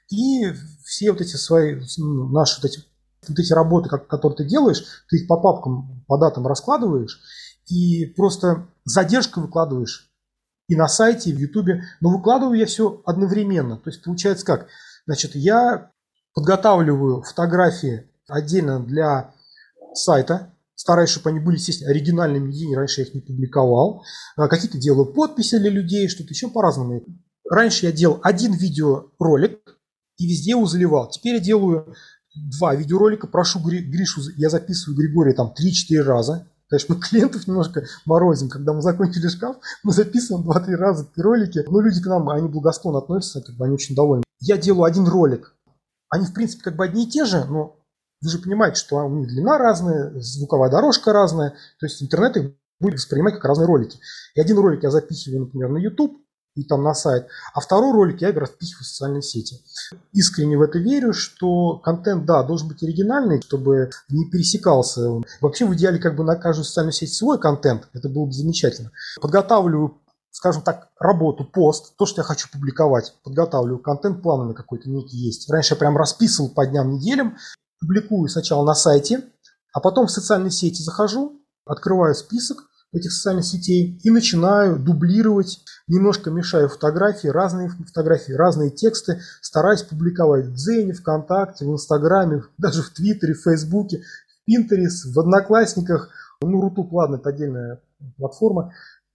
и все вот эти свои, наши вот эти вот эти работы, которые ты делаешь, ты их по папкам, по датам раскладываешь и просто задержкой выкладываешь и на сайте, и в Ютубе. Но выкладываю я все одновременно. То есть получается как? Значит, я подготавливаю фотографии отдельно для сайта, стараюсь, чтобы они были, естественно, оригинальными, нигде раньше я их не публиковал. Какие-то делаю подписи для людей, что-то еще по-разному. Раньше я делал один видеоролик и везде его заливал. Теперь я делаю два видеоролика, прошу Гришу, я записываю Григория там три-четыре раза. Конечно, мы клиентов немножко морозим, когда мы закончили шкаф, мы записываем два-три раза эти ролики. Но люди к нам, они благосклонно относятся, как бы они очень довольны. Я делаю один ролик. Они, в принципе, как бы одни и те же, но вы же понимаете, что у них длина разная, звуковая дорожка разная. То есть интернет их будет воспринимать как разные ролики. И один ролик я записываю, например, на YouTube, и там на сайт, а второй ролик я распихиваю в социальные сети. Искренне в это верю, что контент, да, должен быть оригинальный, чтобы не пересекался. Вообще в идеале как бы на каждую социальную сеть свой контент, это было бы замечательно. Подготавливаю, скажем так, работу, пост, то, что я хочу публиковать, подготавливаю, контент-план на какой-то некий есть. Раньше я прям расписывал по дням, неделям, публикую сначала на сайте, а потом в социальные сети захожу, открываю список этих социальных сетей и начинаю дублировать, немножко мешаю фотографии, разные фотографии, разные тексты, стараюсь публиковать в Дзене, ВКонтакте, в Инстаграме, даже в Твиттере, в Фейсбуке, в Пинтерес, в Одноклассниках, ну, Рутуб, ладно, это отдельная платформа,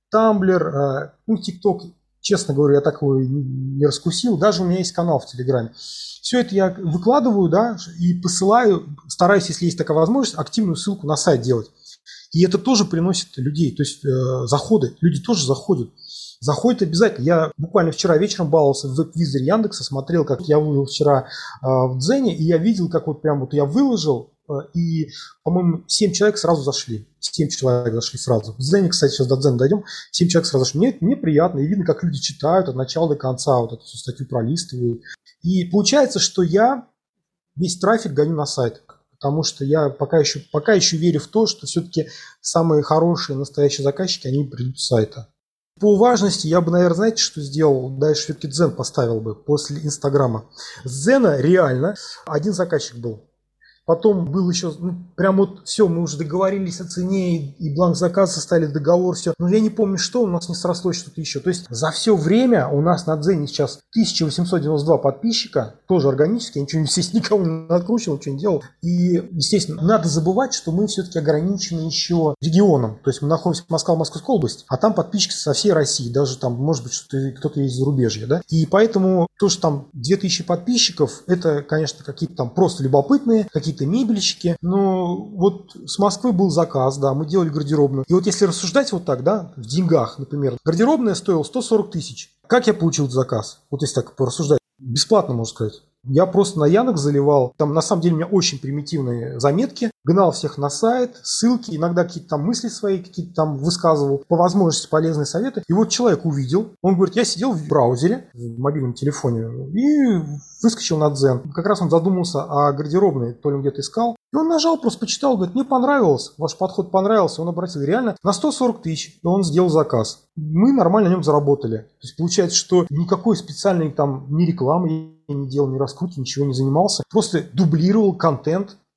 Тамблер, ну, ТикТок, честно говоря, я такого не раскусил, даже у меня есть канал в Телеграме. Все это я выкладываю, да, и посылаю, стараюсь, если есть такая возможность, активную ссылку на сайт делать. И это тоже приносит людей, то есть э, заходы, люди тоже заходят. Заходят обязательно. Я буквально вчера вечером баловался в веб-визоре Яндекса, смотрел, как я вывел вчера э, в Дзене, и я видел, как вот прям вот я выложил, э, и, по-моему, семь человек сразу зашли. семь человек зашли сразу. В Дзене, кстати, сейчас до Дзена дойдем, семь человек сразу зашли. Мне, мне приятно, и видно, как люди читают от начала до конца, вот эту всю статью пролистывают. И получается, что я весь трафик гоню на сайт. Потому что я пока еще, пока еще верю в то, что все-таки самые хорошие настоящие заказчики, они придут с сайта. По важности я бы, наверное, знаете, что сделал? Дальше все-таки Дзен поставил бы после Инстаграма. С Дзена реально один заказчик был. Потом был еще, ну, прям вот все, мы уже договорились о цене, и, и бланк заказа составили, договор, все. Но я не помню, что, у нас не срослось что-то еще. То есть за все время у нас на Дзене сейчас тысяча восемьсот девяносто два подписчика, тоже органически, я ничего, естественно, никого не откручивал, ничего не делал. И, естественно, надо забывать, что мы все-таки ограничены еще регионом. То есть мы находимся в Москве, Московской области, а там подписчики со всей России, даже там, может быть, что-то, кто-то есть зарубежье, да. И поэтому то, что там две тысячи подписчиков, это, конечно, какие-то там просто любопытные, какие-то мебельщики, но вот с Москвы был заказ, да, мы делали гардеробную. И вот если рассуждать вот так, да, в деньгах, например, гардеробная стоила сто сорок тысяч. Как я получил заказ? Вот если так порассуждать. Бесплатно, можно сказать. Я просто на Яндекс заливал. Там на самом деле у меня очень примитивные заметки. Гнал всех на сайт, ссылки, иногда какие-то там мысли свои какие-то там высказывал. По возможности полезные советы. И вот человек увидел. Он говорит, я сидел в браузере, в мобильном телефоне, и выскочил на Дзен. Как раз он задумался о гардеробной, то ли он где-то искал. И он нажал, просто почитал, говорит, мне понравилось, ваш подход понравился. Он обратил реально на сто сорок тысяч, и он сделал заказ. Мы нормально на нем заработали. То есть получается, что никакой специальной там ни рекламы я не делал, ни раскрутки, ничего не занимался. Просто дублировал контент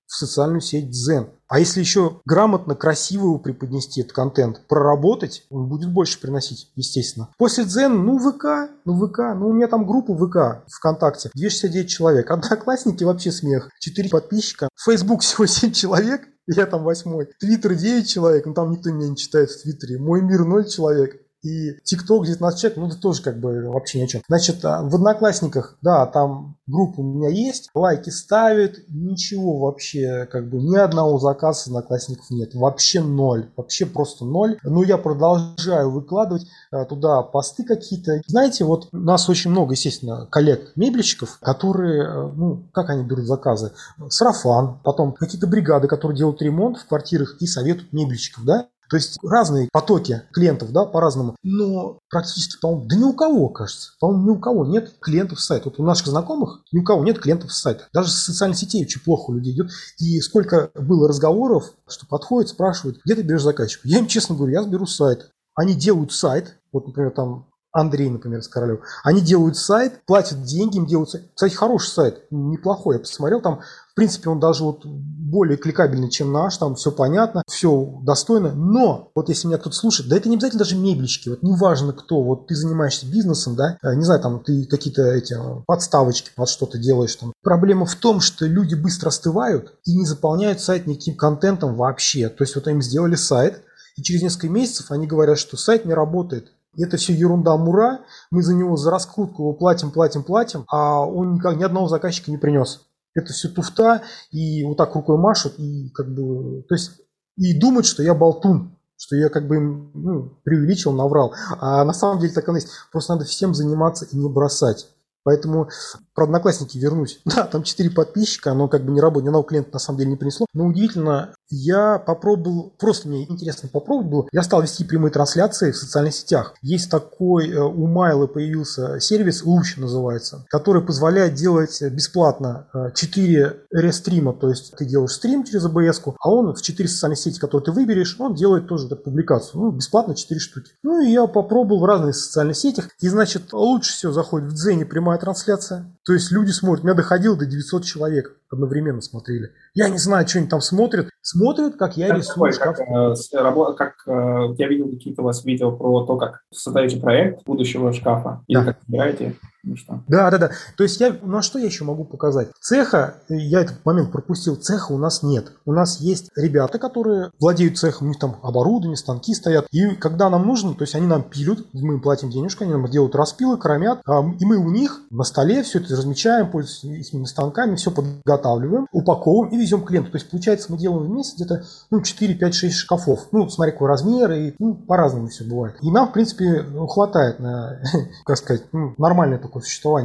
в социальную сеть Дзен. А если еще грамотно, красиво его преподнести, этот контент, проработать, он будет больше приносить, естественно. После Дзен, ну, ВК, ну, ВК, ну, у меня там группа ВК ВКонтакте, двести шестьдесят девять человек. Одноклассники вообще смех, четыре подписчика. Фейсбук всего семь человек, я там восьмой. Твиттер девять человек, ну, там никто меня не читает в Твиттере. Мой мир ноль человек. И ТикТок девятнадцать человек, ну это тоже как бы вообще ни о чем. Значит, в Одноклассниках, да, там группа у меня есть, лайки ставят, ничего вообще, как бы ни одного заказа с Одноклассников нет. Вообще ноль, вообще просто ноль. Но я продолжаю выкладывать туда посты какие-то. Знаете, вот у нас очень много, естественно, коллег-мебельщиков, которые, ну, как они берут заказы? Сарафан, потом какие-то бригады, которые делают ремонт в квартирах и советуют мебельщиков, да? То есть разные потоки клиентов, да, по-разному. Но практически, по-моему, да ни у кого, кажется, по-моему, ни у кого нет клиентов с сайта. Вот у наших знакомых ни у кого нет клиентов с сайта. Даже с социальной сетей очень плохо у людей идет. И сколько было разговоров, что подходят, спрашивают, где ты берешь заказчика? Я им честно говорю, я беру с сайта. Они делают сайт, вот, например, там Андрей, например, с Королев. Они делают сайт, платят деньги, им делают сайт. Кстати, хороший сайт, неплохой. Я посмотрел, там, в принципе, он даже вот более кликабельный, чем наш, там все понятно, все достойно. Но, вот если меня кто-то слушает, да это не обязательно даже мебельщики, вот неважно кто, вот ты занимаешься бизнесом, да, не знаю, там ты какие-то эти подставочки под что-то делаешь там. Проблема в том, что люди быстро остывают и не заполняют сайт никаким контентом вообще. То есть вот им сделали сайт, и через несколько месяцев они говорят, что сайт не работает. Это все ерунда мура, мы за него за раскрутку его платим, платим, платим, а он никак, ни одного заказчика не принес. Это все туфта, и вот так рукой машут, и как бы, то есть, и думают, что я болтун, что я как бы ну, преувеличил, наврал. А на самом деле так оно есть. Просто надо всем заниматься и не бросать. Поэтому про Одноклассники вернусь. Да, там четыре подписчика, оно как бы не работает, ни одного клиента на самом деле не принесло. Но удивительно, я попробовал, просто мне интересно попробовать было, я стал вести прямые трансляции в социальных сетях. Есть такой, у Майлы появился сервис, Луч называется, который позволяет делать бесплатно четыре рестрима, то есть ты делаешь стрим через эй би эс-ку, а он в четыре социальные сети, которые ты выберешь, он делает тоже эту публикацию. Ну, бесплатно четыре штуки. Ну, и я попробовал в разных социальных сетях, и, значит, лучше всего заходит в Дзене прямая трансляция. То есть люди смотрят, у меня доходило до девятисот человек одновременно смотрели. Я не знаю, что они там смотрят. Смотрят, как я это рисую такой, шкаф. Как, э, как э, я видел какие-то у вас видео про то, как создаете проект будущего шкафа. Или да. как собираете. Ну, что? Да, да, да. То есть я, ну а что я еще могу показать? Цеха, я этот момент пропустил, цеха у нас нет. У нас есть ребята, которые владеют цехом, у них там оборудование, станки стоят. И когда нам нужно, то есть они нам пилют, мы им платим денежку, они нам делают распилы, кромят. И мы у них на столе все это размечаем, пользуемся их станками, все подготавливаем, упаковываем и везем к клиенту. То есть получается мы делаем в месяц где-то ну, четыре, пять, шесть шкафов. Ну, смотри, какой размер, и ну, по-разному все бывает. И нам, в принципе, хватает на, как сказать, ну, нормальное такое существование.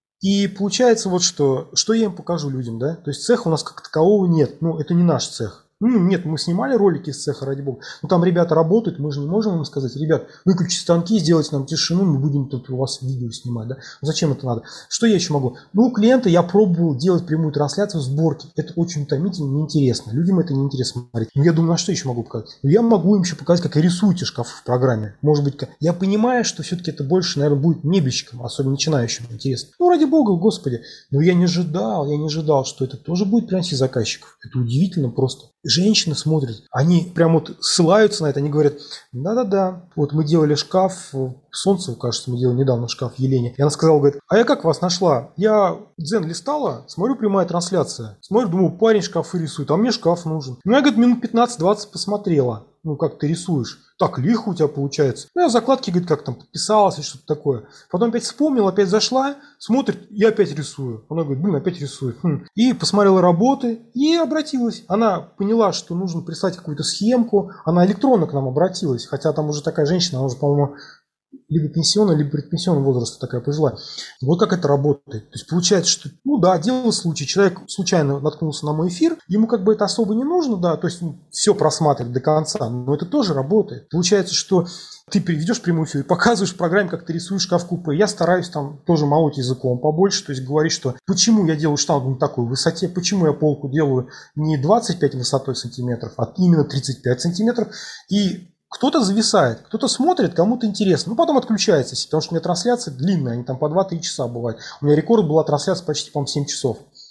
И получается вот что, что я им покажу людям, да, то есть цеха у нас как такового нет, ну это не наш цех. Ну, нет, мы снимали ролики из цеха, ради бога. Но там ребята работают, мы же не можем им сказать, ребят, выключите станки, сделайте нам тишину, мы будем тут у вас видео снимать, да? Ну, зачем это надо? Что я еще могу? Ну, у клиента я пробовал делать прямую трансляцию сборки. Это очень утомительно, неинтересно. Людям это неинтересно смотреть. Но я думаю, на что еще могу показать? Ну, я могу им еще показать, как рисуете шкаф в программе. Может быть, как... я понимаю, что все-таки это больше, наверное, будет мебельщикам, особенно начинающим, интересно. Ну, ради бога, господи. Но я не ожидал, я не ожидал, что это тоже будет приносить заказчиков. Это удивительно просто. Женщины смотрят, они прям вот ссылаются на это, они говорят, да-да-да, вот мы делали шкаф, Солнцеву, кажется, мы делали недавно шкаф Елене, и она сказала, говорит, а я как вас нашла? Я Дзен листала, смотрю, прямая трансляция, смотрю, думаю, парень шкафы рисует, а мне шкаф нужен. Ну, я, говорит, минут пятнадцать-двадцать посмотрела, ну, как ты рисуешь. Так лихо у тебя получается. Ну, я в закладке, говорит, как там подписалась и что-то такое. Потом опять вспомнила, опять зашла, смотрит, я опять рисую. Она говорит, блин, опять рисует. Хм. И посмотрела работы и обратилась. Она поняла, что нужно прислать какую-то схемку. Она электронно к нам обратилась. Хотя там уже такая женщина, она уже, по-моему, либо пенсионного, либо предпенсионного возраста такая пожилая. Вот как это работает. То есть получается, что, ну да, делал случай, человек случайно наткнулся на мой эфир, ему как бы это особо не нужно, да, то есть ну, все просматривать до конца, но это тоже работает. Получается, что ты ведешь прямой эфир, показываешь в программе, как ты рисуешь шкаф-купе. Я стараюсь там тоже молоть языком побольше, то есть говорить, что почему я делаю штангу на такой высоте, почему я полку делаю не двадцать пять высотой сантиметров, а именно тридцать пять сантиметров. И кто-то зависает, кто-то смотрит, кому-то интересно. Ну, потом отключается, потому что у меня трансляция длинная, они там по два-три часа бывают. У меня рекорд была трансляция почти, по-моему, семь часов.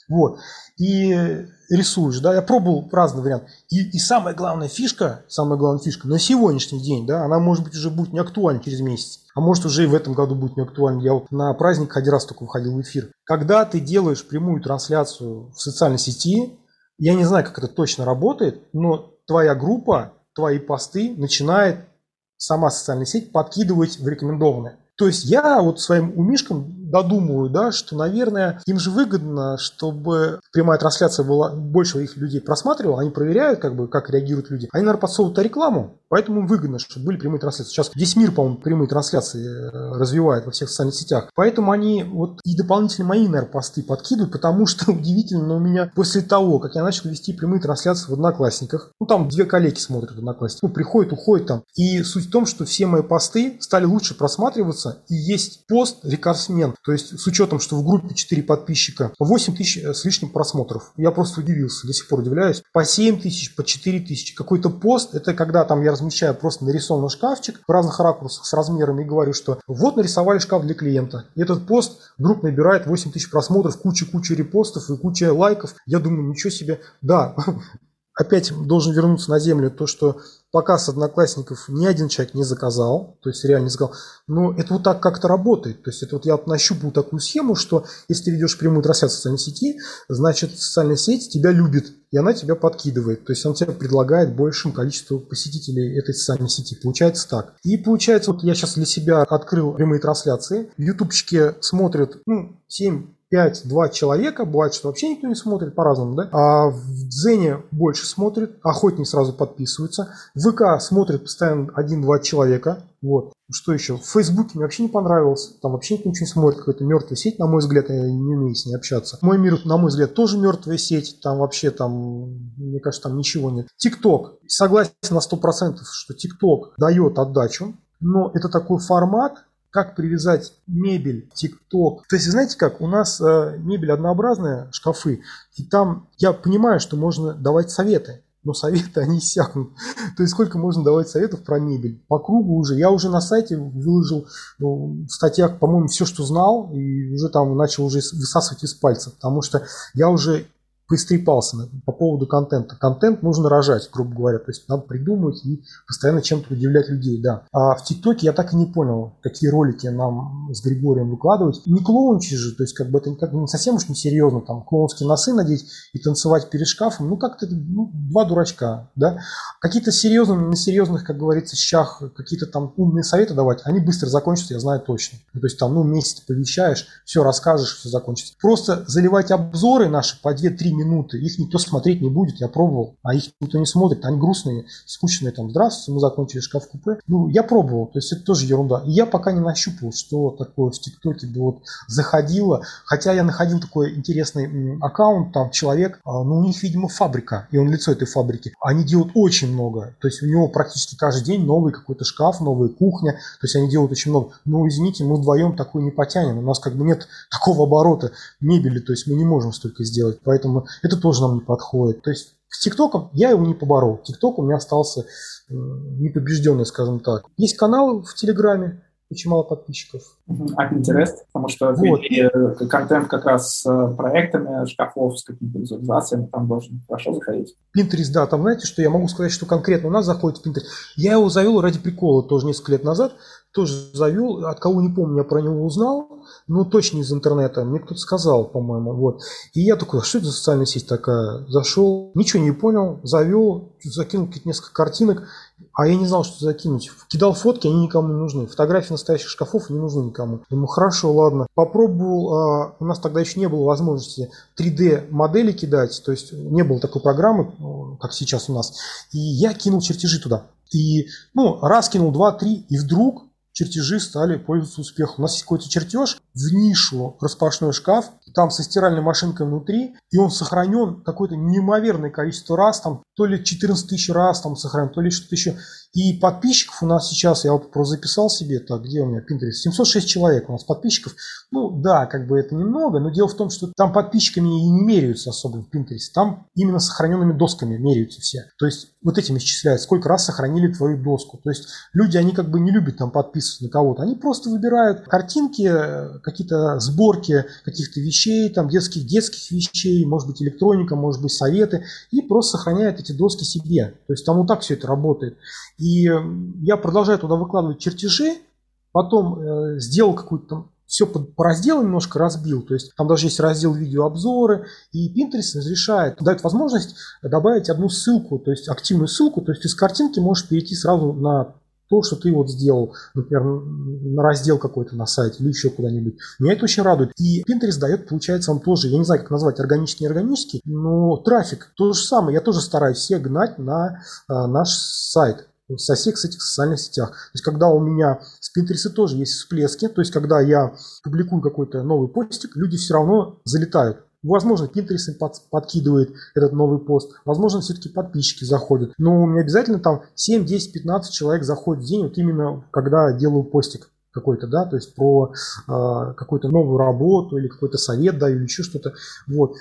Вот. И рисуешь, да, я пробовал разные варианты. И, и самая главная фишка, самая главная фишка на сегодняшний день, да, она может быть уже будет не актуальна через месяц, а может уже и в этом году будет не актуальна. Я вот на праздник один раз только выходил в эфир. Когда ты делаешь прямую трансляцию в социальной сети, я не знаю, как это точно работает, но твоя группа, твои посты начинает сама социальная сеть подкидывать в рекомендованные. То есть я вот своим умишкам додумываю, да, что, наверное, им же выгодно, чтобы прямая трансляция была, больше их людей просматривала, они проверяют, как бы, как реагируют люди. Они, наверное, подсовывают рекламу, поэтому им выгодно, чтобы были прямые трансляции. Сейчас весь мир, по-моему, прямые трансляции развивает во всех социальных сетях. Поэтому они вот и дополнительно мои, наверное, посты подкидывают, потому что удивительно, но у меня после того, как я начал вести прямые трансляции в Одноклассниках, ну, там две коллеги смотрят в Одноклассниках, ну, приходят, уходят там. И суть в том, что все мои посты стали лучше просматриваться, и есть пост-рекордсмен. То есть с учетом, что в группе четыре подписчика, восемь тысяч с лишним просмотров. Я просто удивился, до сих пор удивляюсь. По семь тысяч, по четыре тысячи. Какой-то пост, это когда там я размещаю просто нарисованный шкафчик в разных ракурсах с размерами и говорю, что вот нарисовали шкаф для клиента. И этот пост вдруг набирает восемь тысяч просмотров, куча-куча репостов и куча лайков. Я думаю, ничего себе. Да, опять должен вернуться на землю то, что показ Одноклассников ни один человек не заказал, то есть реально не заказал. Но это вот так как-то работает. То есть это вот я нащупал такую схему, что если ты ведешь прямую трансляцию в социальной сети, значит социальная сеть тебя любит, и она тебя подкидывает. То есть она тебе предлагает большему количеству посетителей этой социальной сети. Получается так. И получается, вот я сейчас для себя открыл прямые трансляции. В ютубчике смотрят ну, семь пять два человека, бывает, что вообще никто не смотрит, по-разному, да? А в Дзене больше смотрит, охотнее сразу подписываются. В ВК смотрит постоянно один-два человека, вот. Что еще? В Фейсбуке мне вообще не понравилось, там вообще никто ничего не смотрит, какая-то мертвая сеть, на мой взгляд, я не умею с ней общаться. Мой мир, на мой взгляд, тоже мертвая сеть, там вообще, там, мне кажется, там ничего нет. ТикТок, согласен на сто процентов, что ТикТок дает отдачу, но это такой формат, как привязать мебель, ТикТок. То есть, знаете как, у нас э, мебель однообразная, шкафы, и там я понимаю, что можно давать советы, но советы, они иссякнут. То есть, сколько можно давать советов про мебель? По кругу уже. Я уже на сайте выложил ну, в статьях, по-моему, все, что знал, и уже там начал уже высасывать из пальцев, потому что я уже поистрепался по поводу контента. Контент нужно рожать, грубо говоря. То есть надо придумывать и постоянно чем-то удивлять людей, да. А в ТикТоке я так и не понял, какие ролики нам с Григорием выкладывать. Не клоунчить же, то есть как бы это как, не совсем уж не серьезно, там клоунские носы надеть и танцевать перед шкафом. Ну как-то ну, два дурачка, да. Какие-то серьезные, на серьезных, как говорится, щах, какие-то там умные советы давать, они быстро закончатся, я знаю точно. Ну, то есть там, ну, месяц повещаешь, все расскажешь, все закончится. Просто заливать обзоры наши по две-три минуты, их никто смотреть не будет, я пробовал, а их никто не смотрит, они грустные, скучные, там, здравствуйте, мы закончили шкаф-купе. Ну, я пробовал, то есть это тоже ерунда. И я пока не нащупал, что такое в ТикТоке бы вот заходило, хотя я находил такой интересный аккаунт, там, человек, ну, у них, видимо, фабрика, и он лицо этой фабрики. Они делают очень много, то есть у него практически каждый день новый какой-то шкаф, новая кухня, то есть они делают очень много. Ну, извините, мы вдвоем такой не потянем, у нас как бы нет такого оборота мебели, то есть мы не можем столько сделать, поэтому это тоже нам не подходит. То есть с ТикТоком я его не поборол. ТикТок у меня остался э, непобежденный, скажем так. Есть канал в Телеграме, очень мало подписчиков. А Pinterest, потому что вот. контент как раз с проектами шкафов, с какими-то визуализациями там должен хорошо заходить. Pinterest, да, там знаете, что я могу сказать, что конкретно у нас заходит в Pinterest. Я его завел ради прикола тоже несколько лет назад. Тоже завел, от кого не помню, я про него узнал, но точно из интернета, мне кто-то сказал, по-моему, вот. И я такой, а что это за социальная сеть такая? Зашел, ничего не понял, завел, закинул какие-то несколько картинок, а я не знал, что закинуть. Кидал фотки, они никому не нужны. Фотографии настоящих шкафов не нужны никому. Думаю, хорошо, ладно. Попробовал, а, у нас тогда еще не было возможности три дэ модели кидать, то есть не было такой программы, как сейчас у нас. И я кинул чертежи туда. И, ну, раз кинул, два, три, и вдруг чертежи стали пользоваться успехом. У нас есть какой-то чертеж в нишу, распашной шкаф, там со стиральной машинкой внутри, и он сохранен какое-то неимоверное количество раз, там то ли четырнадцать тысяч раз там сохранен, то ли что-то еще. И подписчиков у нас сейчас, я вот просто записал себе, так, где у меня Pinterest, семьсот шесть человек у нас подписчиков. Ну да, как бы это немного, но дело в том, что там подписчиками и не меряются особо в Pinterest, там именно сохраненными досками меряются все. То есть вот этим исчисляют, сколько раз сохранили твою доску. То есть люди, они как бы не любят там подписываться на кого-то, они просто выбирают картинки, какие-то сборки каких-то вещей, вещей, там детских, детских вещей, может быть электроника, может быть советы, и просто сохраняет эти доски себе. То есть там вот так все это работает. И я продолжаю туда выкладывать чертежи, потом э, сделал какую-то там, все по, по разделам немножко разбил, то есть там даже есть раздел видеообзоры, и Pinterest разрешает, дает возможность добавить одну ссылку, то есть активную ссылку, то есть ты с картинки можешь перейти сразу на то, что ты вот сделал, например, на раздел какой-то на сайте или еще куда-нибудь. Меня это очень радует. И Pinterest дает, получается, он тоже, я не знаю, как назвать, органический, неорганический, но трафик то же самое. Я тоже стараюсь всех гнать на а, наш сайт. Со всех этих социальных сетях. То есть, когда у меня с Pinterest тоже есть всплески, то есть, когда я публикую какой-то новый постик, люди все равно залетают. Возможно, Pinterest им под, подкидывает этот новый пост, возможно, все-таки подписчики заходят. Но у меня обязательно там семь, десять, пятнадцать человек заходит в день, вот именно когда делаю постик какой-то, да, то есть про э, какую-то новую работу или какой-то совет даю или еще что-то. Вот.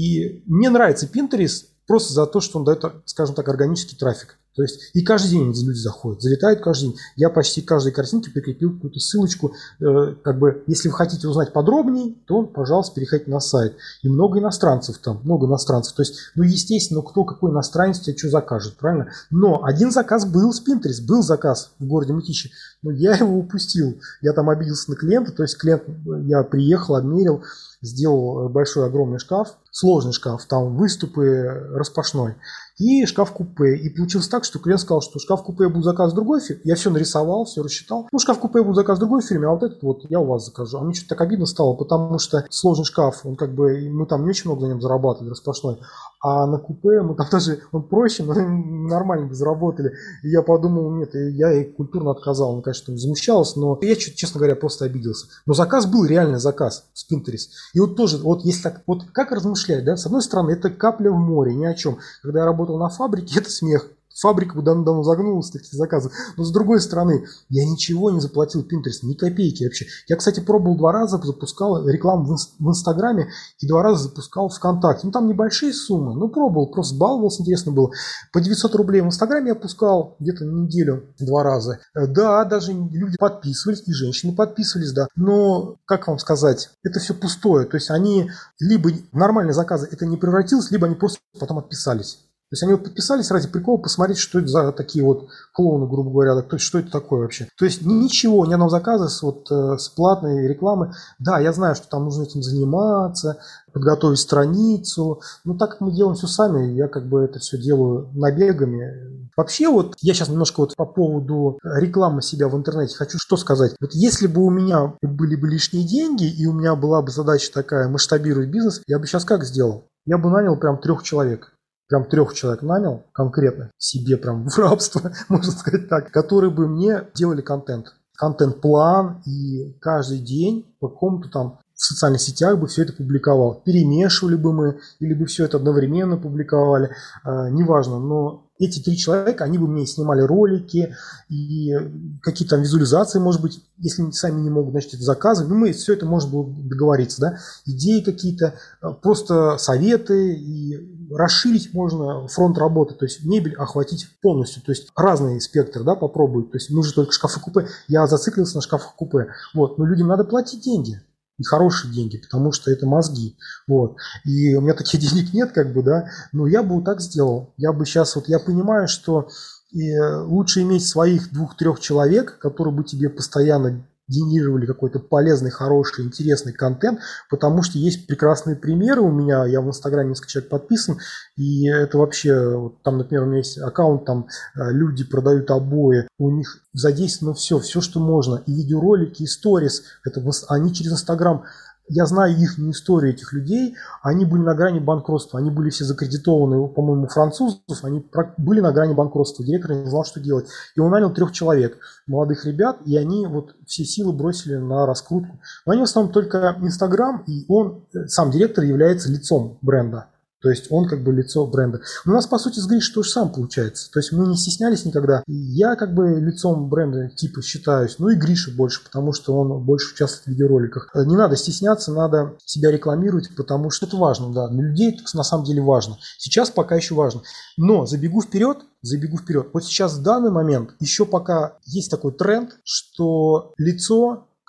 И мне нравится Pinterest просто за то, что он дает, скажем так, органический трафик. То есть и каждый день люди заходят, залетают каждый день. Я почти к каждой картинке прикрепил какую-то ссылочку. Э, как бы, если вы хотите узнать подробнее, то, пожалуйста, переходите на сайт. И много иностранцев там, много иностранцев. То есть, ну, естественно, кто какой иностранец тебе что закажет, правильно? Но один заказ был с Pinterest, был заказ в городе Мытищи, но я его упустил. Я там обиделся на клиента, то есть клиент, я приехал, обмерил, сделал большой огромный шкаф, сложный шкаф, там выступы распашной. И шкаф-купе. И получилось так, что клиент сказал, что шкаф-купе будет заказ в другой фирме. Я все нарисовал, все рассчитал. Ну, шкаф-купе будет заказ в другой фирме, а вот этот вот я у вас закажу. А мне что-то так обидно стало, потому что сложный шкаф, он как бы, мы там не очень много на нем зарабатывали, распашной. А на купе мы там даже, он проще, но нормально бы заработали. И я подумал, нет, я и культурно отказал. Он, конечно, возмущался, но я, честно говоря, просто обиделся. Но заказ был реальный заказ с Pinterest. И вот тоже, вот если так, вот как размышлять, да? С одной стороны, это капля в море, ни о чем. Когда я работал на фабрике, это смех. Фабрика бы давно загнулась таких заказов. Но с другой стороны, я ничего не заплатил Pinterest, ни копейки вообще. Я, кстати, пробовал два раза, запускал рекламу в Инстаграме и два раза запускал ВКонтакте. Ну, там небольшие суммы, ну, пробовал, просто баловался, интересно было. По девятьсот рублей в Инстаграме я пускал где-то неделю два раза. Да, даже люди подписывались, и женщины подписывались, да. Но, как вам сказать, это все пустое. То есть они либо в нормальные заказы это не превратилось, либо они просто потом отписались. То есть они вот подписались ради прикола посмотреть, что это за такие вот клоуны, грубо говоря, то есть что это такое вообще. То есть ничего, ни одного заказа с, вот, с платной рекламы. Да, я знаю, что там нужно этим заниматься, подготовить страницу. Но так как мы делаем все сами, я как бы это все делаю набегами. Вообще вот я сейчас немножко вот по поводу рекламы себя в интернете хочу что сказать. Вот если бы у меня были бы лишние деньги и у меня была бы задача такая масштабировать бизнес, я бы сейчас как сделал? Я бы нанял прям трех человек. Прям трех человек нанял конкретно себе прям в рабство, можно сказать так, которые бы мне делали контент. Контент-план и каждый день по какому-то там в социальных сетях бы все это публиковал. Перемешивали бы мы, или бы все это одновременно публиковали, э, неважно, но эти три человека, они бы мне снимали ролики и какие-то там визуализации, может быть, если сами не могут, значит, это заказы. Ну, мы все это можно было договориться, да, идеи какие-то, просто советы, и расширить можно фронт работы, то есть мебель охватить полностью, то есть разный спектр, да, попробовать. То есть мы же только шкафы-купе, я зациклился на шкафах-купе, вот, но людям надо платить деньги. И хорошие деньги, потому что это мозги. Вот. И у меня таких денег нет, как бы, да, но я бы вот так сделал. Я бы сейчас, вот я понимаю, что и лучше иметь своих двух-трех человек, которые бы тебе постоянно генерировали какой-то полезный, хороший, интересный контент, потому что есть прекрасные примеры у меня, я в Инстаграме несколько человек подписан, и это вообще, вот там, например, у меня есть аккаунт, там люди продают обои, у них задействовано все, все, что можно, и видеоролики, и сторис, это, они через Инстаграм. Я знаю их историю этих людей, они были на грани банкротства, они были все закредитованы, по-моему, французов, они были на грани банкротства, директор не знал, что делать. И он нанял трех человек, молодых ребят, и они вот все силы бросили на раскрутку. Но они в основном только Инстаграм, и он, сам директор, является лицом бренда. То есть он как бы лицо бренда. У нас, по сути, с Гришей то же самое получается. То есть мы не стеснялись никогда. Я как бы лицом бренда типа считаюсь. Ну и Гриша больше, потому что он больше участвует в видеороликах. Не надо стесняться, надо себя рекламировать, потому что это важно. Да. Для людей это на самом деле важно. Сейчас пока еще важно. Но забегу вперед, забегу вперед. Вот сейчас в данный момент еще пока есть такой тренд, что лицо,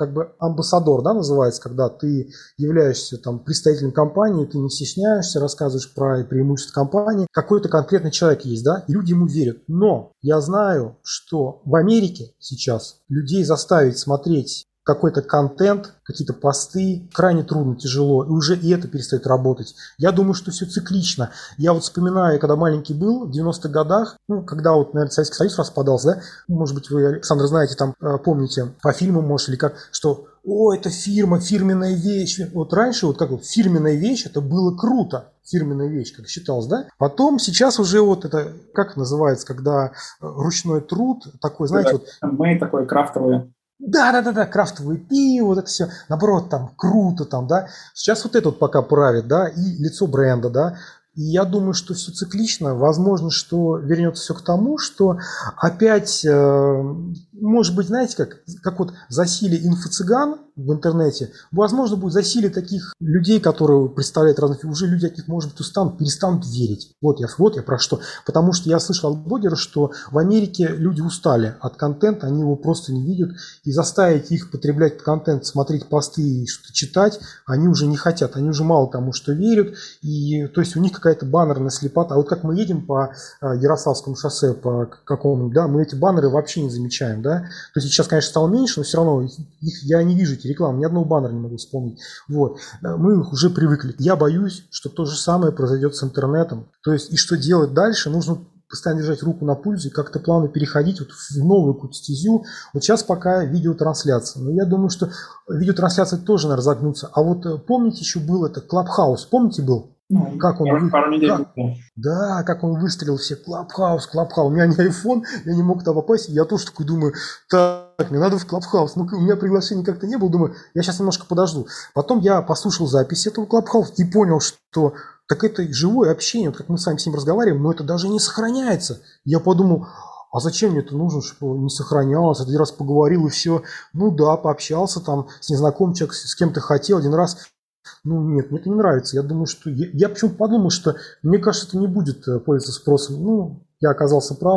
как бы амбассадор, да, называется, когда ты являешься там представителем компании, ты не стесняешься, рассказываешь про преимущества компании. Какой-то конкретный человек есть, да, и люди ему верят. Но я знаю, что в Америке сейчас людей заставить смотреть какой-то контент, какие-то посты, крайне трудно, тяжело, и уже и это перестает работать. Я думаю, что все циклично. Я вот вспоминаю, когда маленький был, в девяностых годах, ну, когда вот, наверное, Советский Союз распадался, да, может быть, вы, Александр, знаете, там, помните по фильму, может, или как, что «О, это фирма, фирменная вещь». Вот раньше, вот как вот, фирменная вещь, это было круто. Фирменная вещь, как считалось, да? Потом, сейчас уже вот это, как называется, когда ручной труд, такой, знаете, да, вот... Мы такой крафтовый. Да, да, да, да, крафтовые пиво, вот это все, наоборот, там круто, там, да. Сейчас вот это вот пока правит, да, и лицо бренда, да. И я думаю, что все циклично. Возможно, что вернется все к тому, что опять, э, может быть, знаете, как, как вот засилие инфо-цыган в интернете, возможно, будет засилие таких людей, которые представляют разных, уже люди от них, может быть, устанут, перестанут верить. Вот я, вот я про что. Потому что я слышал от блогера, что в Америке люди устали от контента, они его просто не видят, и заставить их потреблять контент, смотреть посты и что-то читать, они уже не хотят, они уже мало тому, что верят, и то есть у них какая-то баннерная слепота. А вот как мы едем по Ярославскому шоссе, по какому-нибудь, да, мы эти баннеры вообще не замечаем, да. То есть сейчас, конечно, стало меньше, но все равно их я не вижу, эти рекламы, ни одного баннера не могу вспомнить. Вот. Мы их уже привыкли. Я боюсь, что то же самое произойдет с интернетом. То есть и что делать дальше? Нужно постоянно держать руку на пульсе и как-то плавно переходить вот в новую какую-то стезю. Вот сейчас пока видеотрансляция. Но я думаю, что видеотрансляция тоже, наверное, загнутся. А вот помните, еще был это Clubhouse, помните был? Ну, как он пару, вы... пару недель. как... Да, как он выстрелил все. Клабхаус, Клабхаус. У меня не айфон, я не мог туда попасть. Я тоже такой думаю, так, мне надо в Клабхаус. Ну, у меня приглашения как-то не было. Думаю, я сейчас немножко подожду. Потом я послушал запись этого Клабхауса и понял, что так это живое общение, вот как мы с вами с ним разговариваем, но это даже не сохраняется. Я подумал, а зачем мне это нужно, чтобы не сохранялось? Один раз поговорил и все. Ну да, пообщался там с незнакомым человеком, с кем ты хотел. Один раз... Ну нет, мне это не нравится. Я думаю, что... Я, я почему-то подумал, что, мне кажется, это не будет пользоваться спросом. Ну, я оказался прав.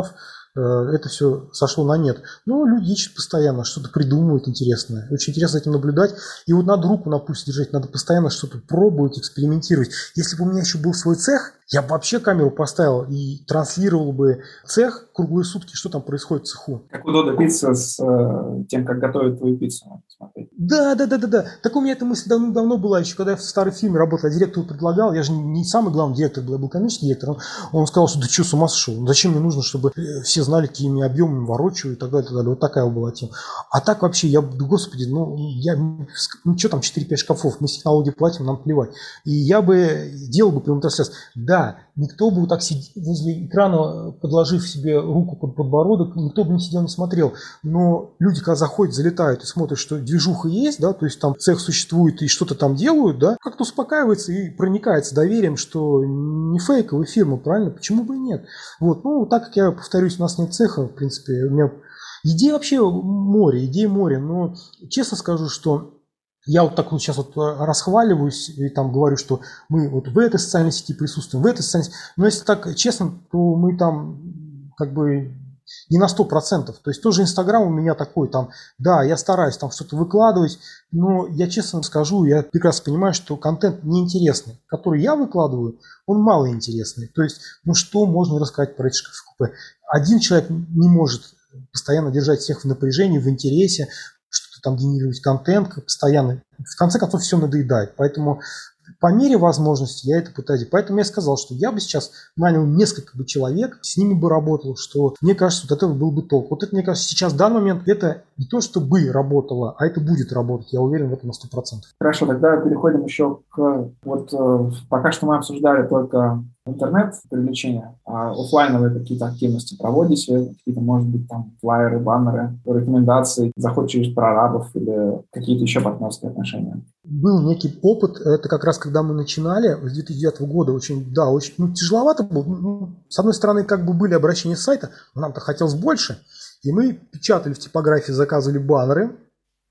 Это все сошло на нет. Но люди ищут постоянно, что-то придумывают интересное. Очень интересно этим наблюдать. И вот надо руку на пульсе держать, надо постоянно что-то пробовать, экспериментировать. Если бы у меня еще был свой цех, я бы вообще камеру поставил и транслировал бы цех круглые сутки, что там происходит в цеху. Как удобно пицца с э, тем, как готовят твою пиццу. Смотреть. Да, да, да, да, да. Так у меня эта мысль давно была, еще когда я в старой фирме работал, я директору предлагал, я же не самый главный директор был, я был коммерческий директор, он, он сказал, что да что, с ума сошел, зачем мне нужно, чтобы все знали, какими объемами ворочаю и так далее, и так далее. Вот такая была тема. А так вообще, я, господи, ну, я, ну что там, четыре-пять шкафов, мы с технологией платим, нам плевать. И я бы делал бы прямую трансляцию. Да, никто бы вот так сидел возле экрана, подложив себе руку под подбородок, никто бы не сидел, не смотрел. Но люди, когда заходят, залетают и смотрят, что движуха есть, да, то есть там цех существует и что-то там делают, да, как-то успокаивается и проникается доверием, что не фейковая фирма, правильно? Почему бы и нет? Вот, ну, так как я повторюсь, у нас нет цеха, в принципе, у меня идей вообще море, идей море, но честно скажу, что я вот так вот сейчас вот расхваливаюсь и там говорю, что мы вот в этой социальной сети присутствуем, в этой социальной сети, но если так честно, то мы там как бы не на сто процентов. То есть тоже Инстаграм у меня такой, там, да, я стараюсь там что-то выкладывать, но я честно скажу, я прекрасно понимаю, что контент неинтересный, который я выкладываю, он малоинтересный. То есть, ну что можно рассказать про эти шкафы? Один человек не может постоянно держать всех в напряжении, в интересе, что-то там генерировать контент постоянно. В конце концов, все надоедает. Поэтому по мере возможности я это пытаюсь. Поэтому я сказал, что я бы сейчас нанял несколько бы человек, с ними бы работал, что мне кажется, вот это был бы толк. Вот это, мне кажется, сейчас в данный момент это не то, что бы работало, а это будет работать. Я уверен в этом на сто процентов. Хорошо, тогда переходим еще к... Вот пока что мы обсуждали только интернет привлечения, а офлайновые какие-то активности проводите, какие-то, может быть, там флайеры, баннеры, рекомендации, заход через прорабов или какие-то еще партнерские отношения? Был некий опыт, это как раз когда мы начинали с две тысячи девятого года, очень, да, очень, ну, тяжеловато было. Ну, с одной стороны, как бы были обращения с сайта, но нам-то хотелось больше, и мы печатали в типографии, заказывали баннеры,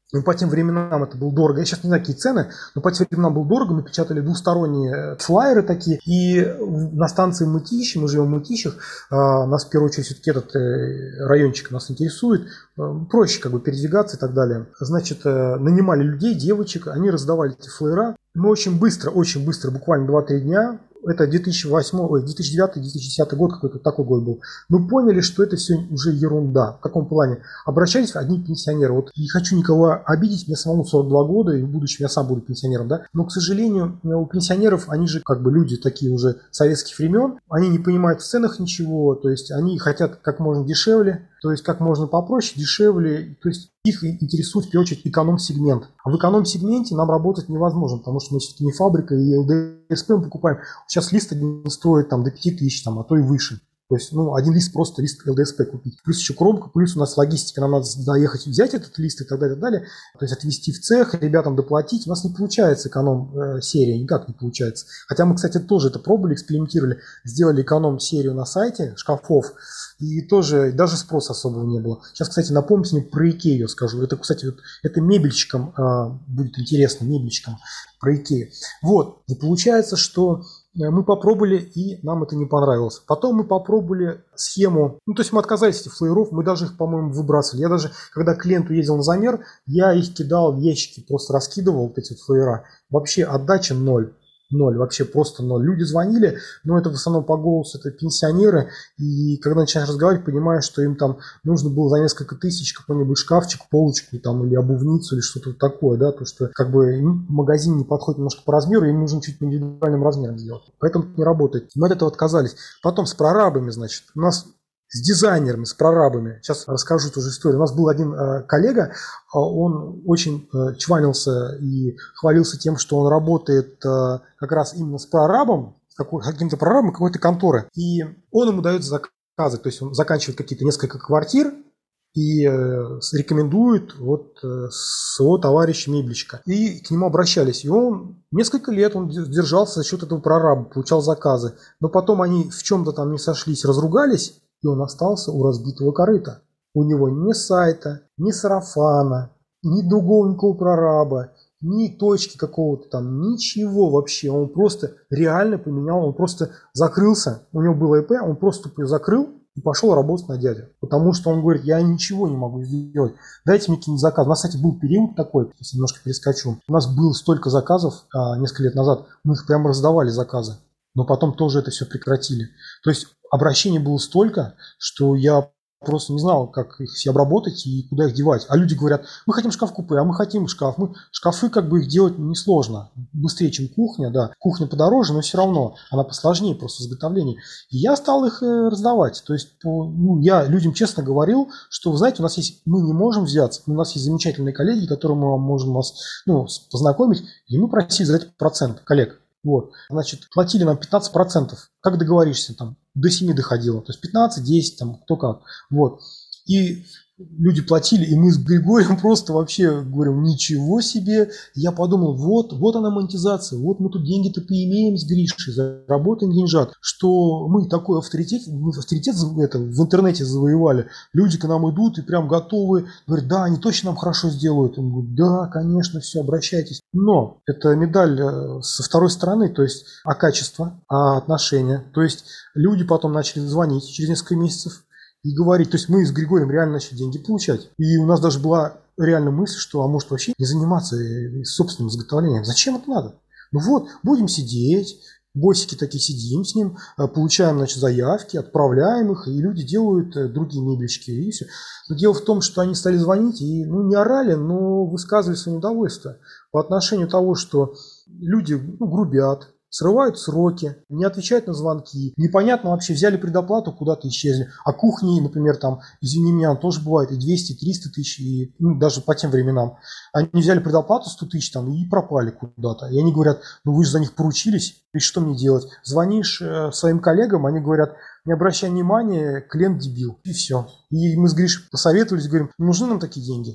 Ну, по тем временам это было дорого. Я сейчас не знаю, какие цены, но по тем временам было дорого. Мы печатали двусторонние флайеры такие. И на станции Мытищи, мы живем в Мытищах, нас в первую очередь все-таки этот райончик нас интересует. Проще как бы передвигаться и так далее. Значит, нанимали людей, девочек, они раздавали эти флайера. Мы очень быстро, очень быстро, буквально два-три дня, это две тысячи восьмой, две тысячи девятый - две тысячи десятый год, какой-то такой год был. Мы поняли, что это все уже ерунда. В каком плане? Обращались одни пенсионеры. Вот не хочу никого обидеть, мне самому сорок два года, и в будущем я сам буду пенсионером, да. Но, к сожалению, у пенсионеров, они же как бы люди такие уже советских времен, они не понимают в ценах ничего, то есть они хотят как можно дешевле, то есть как можно попроще, дешевле, то есть их интересует в первую очередь эконом-сегмент. А в эконом-сегменте нам работать невозможно, потому что мы все-таки не фабрика, и эл дэ эс пэ мы покупаем. Сейчас лист один стоит там, до пяти тысяч, там, а то и выше. То есть, ну, один лист просто лист эл дэ эс пэ купить. Плюс еще кромка, плюс у нас логистика, нам надо доехать, взять этот лист и так далее, и так далее. То есть отвезти в цех, ребятам доплатить. У нас не получается эконом-серия, никак не получается. Хотя мы, кстати, тоже это пробовали, экспериментировали, сделали эконом-серию на сайте шкафов. И тоже даже спроса особого не было. Сейчас, кстати, напомните мне про Икею скажу. Это, кстати, вот, это мебельщикам а, будет интересно, мебельщикам про Икею. Вот, и получается, что мы попробовали, и нам это не понравилось. Потом мы попробовали схему, ну, то есть мы отказались от этих флееров, мы даже их, по-моему, выбрасывали. Я даже, когда клиенту ездил на замер, я их кидал в ящики, просто раскидывал вот эти вот флеера. Вообще отдача ноль. Ноль, вообще просто ноль. Люди звонили, но это в основном по голосу, это пенсионеры, и когда начинаешь разговаривать, понимаешь, что им там нужно было за несколько тысяч какой-нибудь шкафчик, полочку там, или обувницу, или что-то такое, да, то что как бы магазин не подходит немножко по размеру, им нужно чуть по индивидуальным размерам сделать. Поэтому это не работает. Мы от этого отказались. Потом с прорабами, значит, у нас с дизайнерами, с прорабами. Сейчас расскажу тоже историю. У нас был один э, коллега, э, он очень э, чванился и хвалился тем, что он работает э, как раз именно с прорабом, какой, каким-то прорабом какой-то конторы. И он ему дает заказы, то есть он заканчивает какие-то несколько квартир и э, рекомендует вот э, своего товарища мебельщика. И к нему обращались. И он несколько лет он держался за счет этого прораба, получал заказы. Но потом они в чем-то там не сошлись, разругались, и он остался у разбитого корыта. У него ни сайта, ни сарафана, ни другого никакого прораба, ни точки какого-то там, ничего вообще. Он просто реально поменял, он просто закрылся. У него было ИП, он просто ее закрыл и пошел работать на дядю. Потому что он говорит, я ничего не могу сделать. Дайте мне какие-нибудь заказы. У нас, кстати, был период такой, если немножко перескочу. У нас было столько заказов а, несколько лет назад, мы их прямо раздавали заказы. Но потом тоже это все прекратили. То есть обращений было столько, что я просто не знал, как их все обработать и куда их девать. А люди говорят, мы хотим шкаф-купе, а мы хотим шкаф. Мы, шкафы как бы их делать несложно. Быстрее, чем кухня, да. Кухня подороже, но все равно она посложнее просто в изготовлении. И я стал их раздавать. То есть ну, я людям честно говорил, что, вы знаете, у нас есть, мы не можем взяться. У нас есть замечательные коллеги, которым мы можем вас ну, познакомить. И мы просили за это процент коллег. Вот, значит, платили нам пятнадцать процентов. Как договоришься, там, до семи доходило. То есть пятнадцать, десять, там, кто как. Вот. И люди платили, и мы с Григорием просто вообще говорим, ничего себе. Я подумал, вот, вот она монетизация, вот мы тут деньги-то поимеем с Гришей, заработаем деньжат, что мы такой авторитет, авторитет это, в интернете завоевали. Люди к нам идут и прям готовы, говорят, да, они точно нам хорошо сделают. Он говорит, да, конечно, все, обращайтесь. Но это медаль со второй стороны, то есть а качество, а отношения. То есть люди потом начали звонить через несколько месяцев и говорить, то есть мы с Григорием реально начали деньги получать. И у нас даже была реальная мысль, что а может вообще не заниматься собственным изготовлением. Зачем это надо? Ну вот, будем сидеть, босики такие сидим с ним, получаем, значит, заявки, отправляем их, и люди делают другие мебельщики, и все. Но дело в том, что они стали звонить и ну, не орали, но высказывали свое недовольство по отношению того, что люди ну, грубят, срывают сроки, не отвечают на звонки. Непонятно вообще, взяли предоплату, куда-то исчезли. А кухни, например, там, извини меня, тоже бывает и двести, и триста тысяч, и ну, даже по тем временам. Они взяли предоплату сто тысяч там, и пропали куда-то. И они говорят, ну вы же за них поручились, и что мне делать? Звонишь э, своим коллегам, они говорят, не обращай внимания, клиент дебил. И все. И мы с Гришей посоветовались, говорим, нужны нам такие деньги?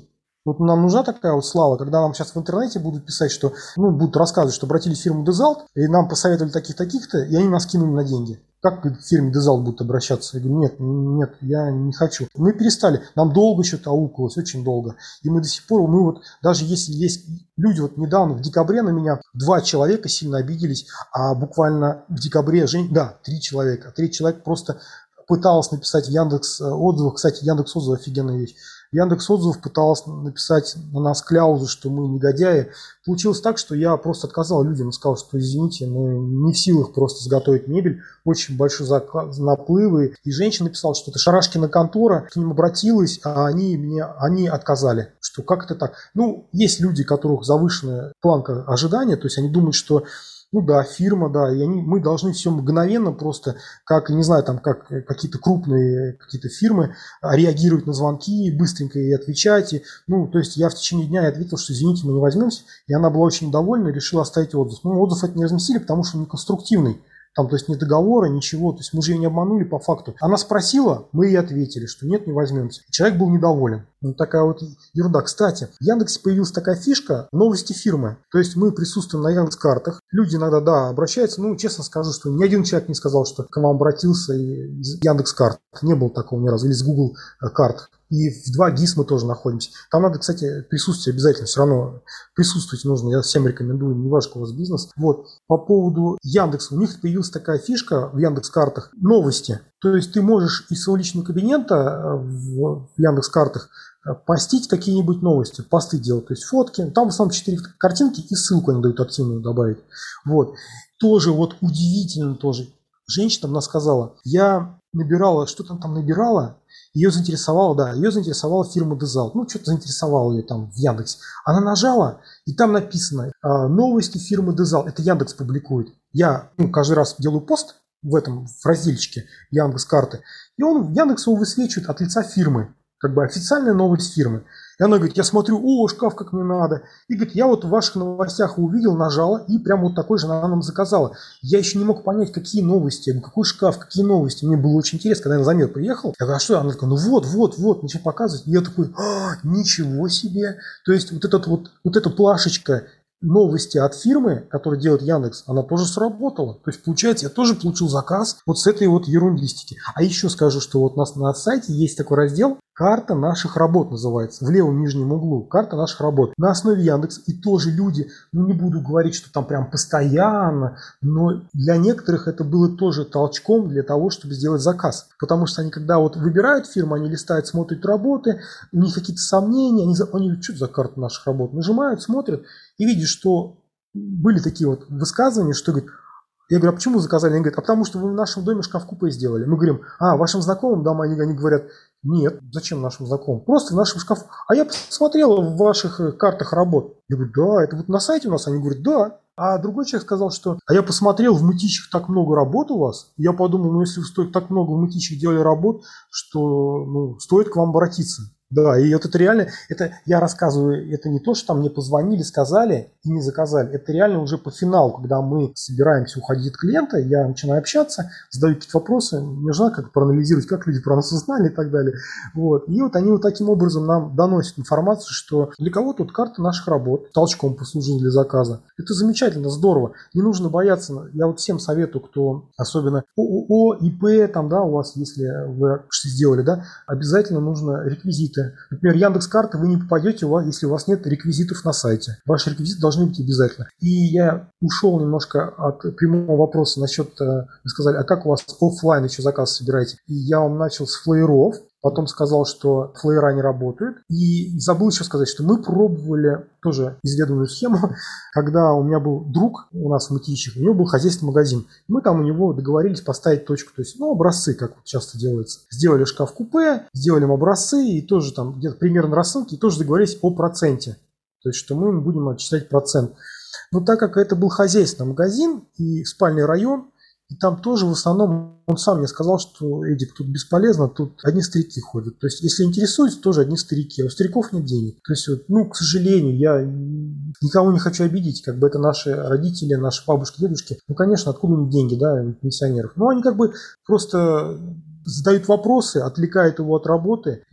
Вот нам нужна такая вот слава, когда нам сейчас в интернете будут писать, что, ну, будут рассказывать, что обратились в фирму Дезалт, и нам посоветовали таких-таких-то, и они нас кинули на деньги. Как к фирме Дезалт будут обращаться? Я говорю, нет, нет, я не хочу. Мы перестали. Нам долго что-то аукалось, очень долго. И мы до сих пор, мы вот, даже если есть люди, вот недавно, в декабре на меня два человека сильно обиделись, а буквально в декабре, да, три человека. Три человека просто пыталась написать в Яндекс отзывах, кстати, Яндекс отзывы офигенная вещь. Яндекс отзывов пыталась написать на нас кляузу, что мы негодяи. Получилось так, что я просто отказал людям и сказал, что извините, мы не в силах просто изготовить мебель, очень большой заказ, наплывы. И женщина написала, что это Шарашкина контора, к ним обратилась, а они мне они отказали. Что как это так? Ну, есть люди, у которых завышенная планка ожидания, то есть они думают, что ну да, фирма, да, и они, мы должны все мгновенно просто, как, не знаю, там, как какие-то крупные какие-то фирмы реагировать на звонки, быстренько и отвечать. И, ну, то есть я в течение дня ответил, что извините, мы не возьмемся, и она была очень довольна и решила оставить отзыв. Ну, отзыв это не разместили, потому что он не конструктивный. Там, то есть, ни договора, ничего. То есть, мы же ее не обманули по факту. Она спросила, мы ей ответили, что нет, не возьмемся. Человек был недоволен. Ну, такая вот ерунда. Кстати, в Яндексе появилась такая фишка новости фирмы. То есть, мы присутствуем на Яндекс.Картах. Люди иногда, да, обращаются. Ну, честно скажу, что ни один человек не сказал, что к вам обратился из Яндекс.Карт. Не было такого ни разу. Или из Google карт. И в два гис мы тоже находимся. Там надо, кстати, присутствие обязательно, все равно присутствовать нужно. Я всем рекомендую, не важно, у вас бизнес. Вот, по поводу Яндекса. У них появилась такая фишка в Яндекс.Картах. Новости. То есть ты можешь из своего личного кабинета в Яндекс.Картах постить какие-нибудь новости, посты делать, то есть фотки. Там в основном четыре картинки и ссылку они дают активную добавить. Вот. Тоже вот удивительно тоже. Женщина мне сказала, я набирала, что там там набирала, ее заинтересовала, да, ее заинтересовала фирма Дезалт. Ну, что-то заинтересовало ее там в Яндексе. Она нажала, и там написано новости фирмы Дезалт. Это Яндекс публикует. Я ну, каждый раз делаю пост в этом в разделчике Яндекс.Карты, и он Яндекс его высвечивает от лица фирмы. Как бы официальная новость фирмы. И она говорит, я смотрю, о, шкаф как мне надо. И говорит, я вот в ваших новостях увидел, нажала, и прям вот такой же она нам заказала. Я еще не мог понять, какие новости. Я говорю, какой шкаф, какие новости. Мне было очень интересно, когда я на замер приехал. Я говорю, а что? Она такая, ну вот, вот, вот, начал показывать. И я такой, а, ничего себе. То есть вот, этот вот, вот эта плашечка новости от фирмы, которая делает Яндекс, она тоже сработала. То есть, получается, я тоже получил заказ вот с этой вот ерундистики. А еще скажу, что вот у нас на сайте есть такой раздел «Карта наших работ» называется. В левом нижнем углу «Карта наших работ». На основе Яндекса. И тоже люди, ну не буду говорить, что там прям постоянно, но для некоторых это было тоже толчком для того, чтобы сделать заказ. Потому что они, когда вот выбирают фирму, они листают, смотрят работы, у них какие-то сомнения, они, они говорят, что за карта наших работ? Нажимают, смотрят и видят, что были такие вот высказывания, что говорит, я говорю, а почему заказали? Они говорят, а потому что вы в нашем доме шкаф-купе сделали. Мы говорим, а, вашим знакомым дома? Они, они говорят, нет, зачем нашим знакомым? Просто в нашем шкафу. А я посмотрел в ваших картах работ. Я говорю, да, это вот на сайте у нас. Они говорят, да. А другой человек сказал, что а я посмотрел, в Мытищах так много работ у вас. Я подумал, ну если вы так много в Мытищах делали работ, что ну, стоит к вам обратиться. Да, и вот это реально, это я рассказываю, это не то, что там мне позвонили, сказали и не заказали. Это реально уже по финалу, когда мы собираемся уходить от клиента, я начинаю общаться, задаю какие-то вопросы, мне нужно как проанализировать, как люди про нас узнали и так далее. Вот. И вот они вот таким образом нам доносят информацию, что для кого-то вот карта наших работ толчком послужила для заказа. Это замечательно, здорово. Не нужно бояться. Я вот всем советую, кто особенно ООО, ИП, там, да, у вас, если вы что-то сделали, да, обязательно нужно реквизиты. Например, Яндекс.Карты вы не попадете, если у вас нет реквизитов на сайте. Ваши реквизиты должны быть обязательно. И я ушел немножко от прямого вопроса насчет, вы сказали, а как у вас офлайн еще заказ собираете? И я вам начал с флееров, потом сказал, что флеера не работают. И забыл еще сказать, что мы пробовали тоже изведанную схему, когда у меня был друг у нас в Мытищах, у него был хозяйственный магазин. Мы там у него договорились поставить точку, то есть, ну, образцы, как вот часто делается. Сделали шкаф-купе, сделали им образцы и тоже там где-то примерно рассылки, и тоже договорились о проценте. То есть, что мы будем отчислять процент. Но так как это был хозяйственный магазин и спальный район, и там тоже в основном, он сам мне сказал, что, Эдик, тут бесполезно, тут одни старики ходят. То есть, если интересуются, тоже одни старики, а у стариков нет денег. То есть, вот, ну, к сожалению, я никого не хочу обидеть, как бы это наши родители, наши бабушки, дедушки. Ну, конечно, откуда у них деньги, да, пенсионеров. Ну, они как бы просто задают вопросы, отвлекают его от работы, и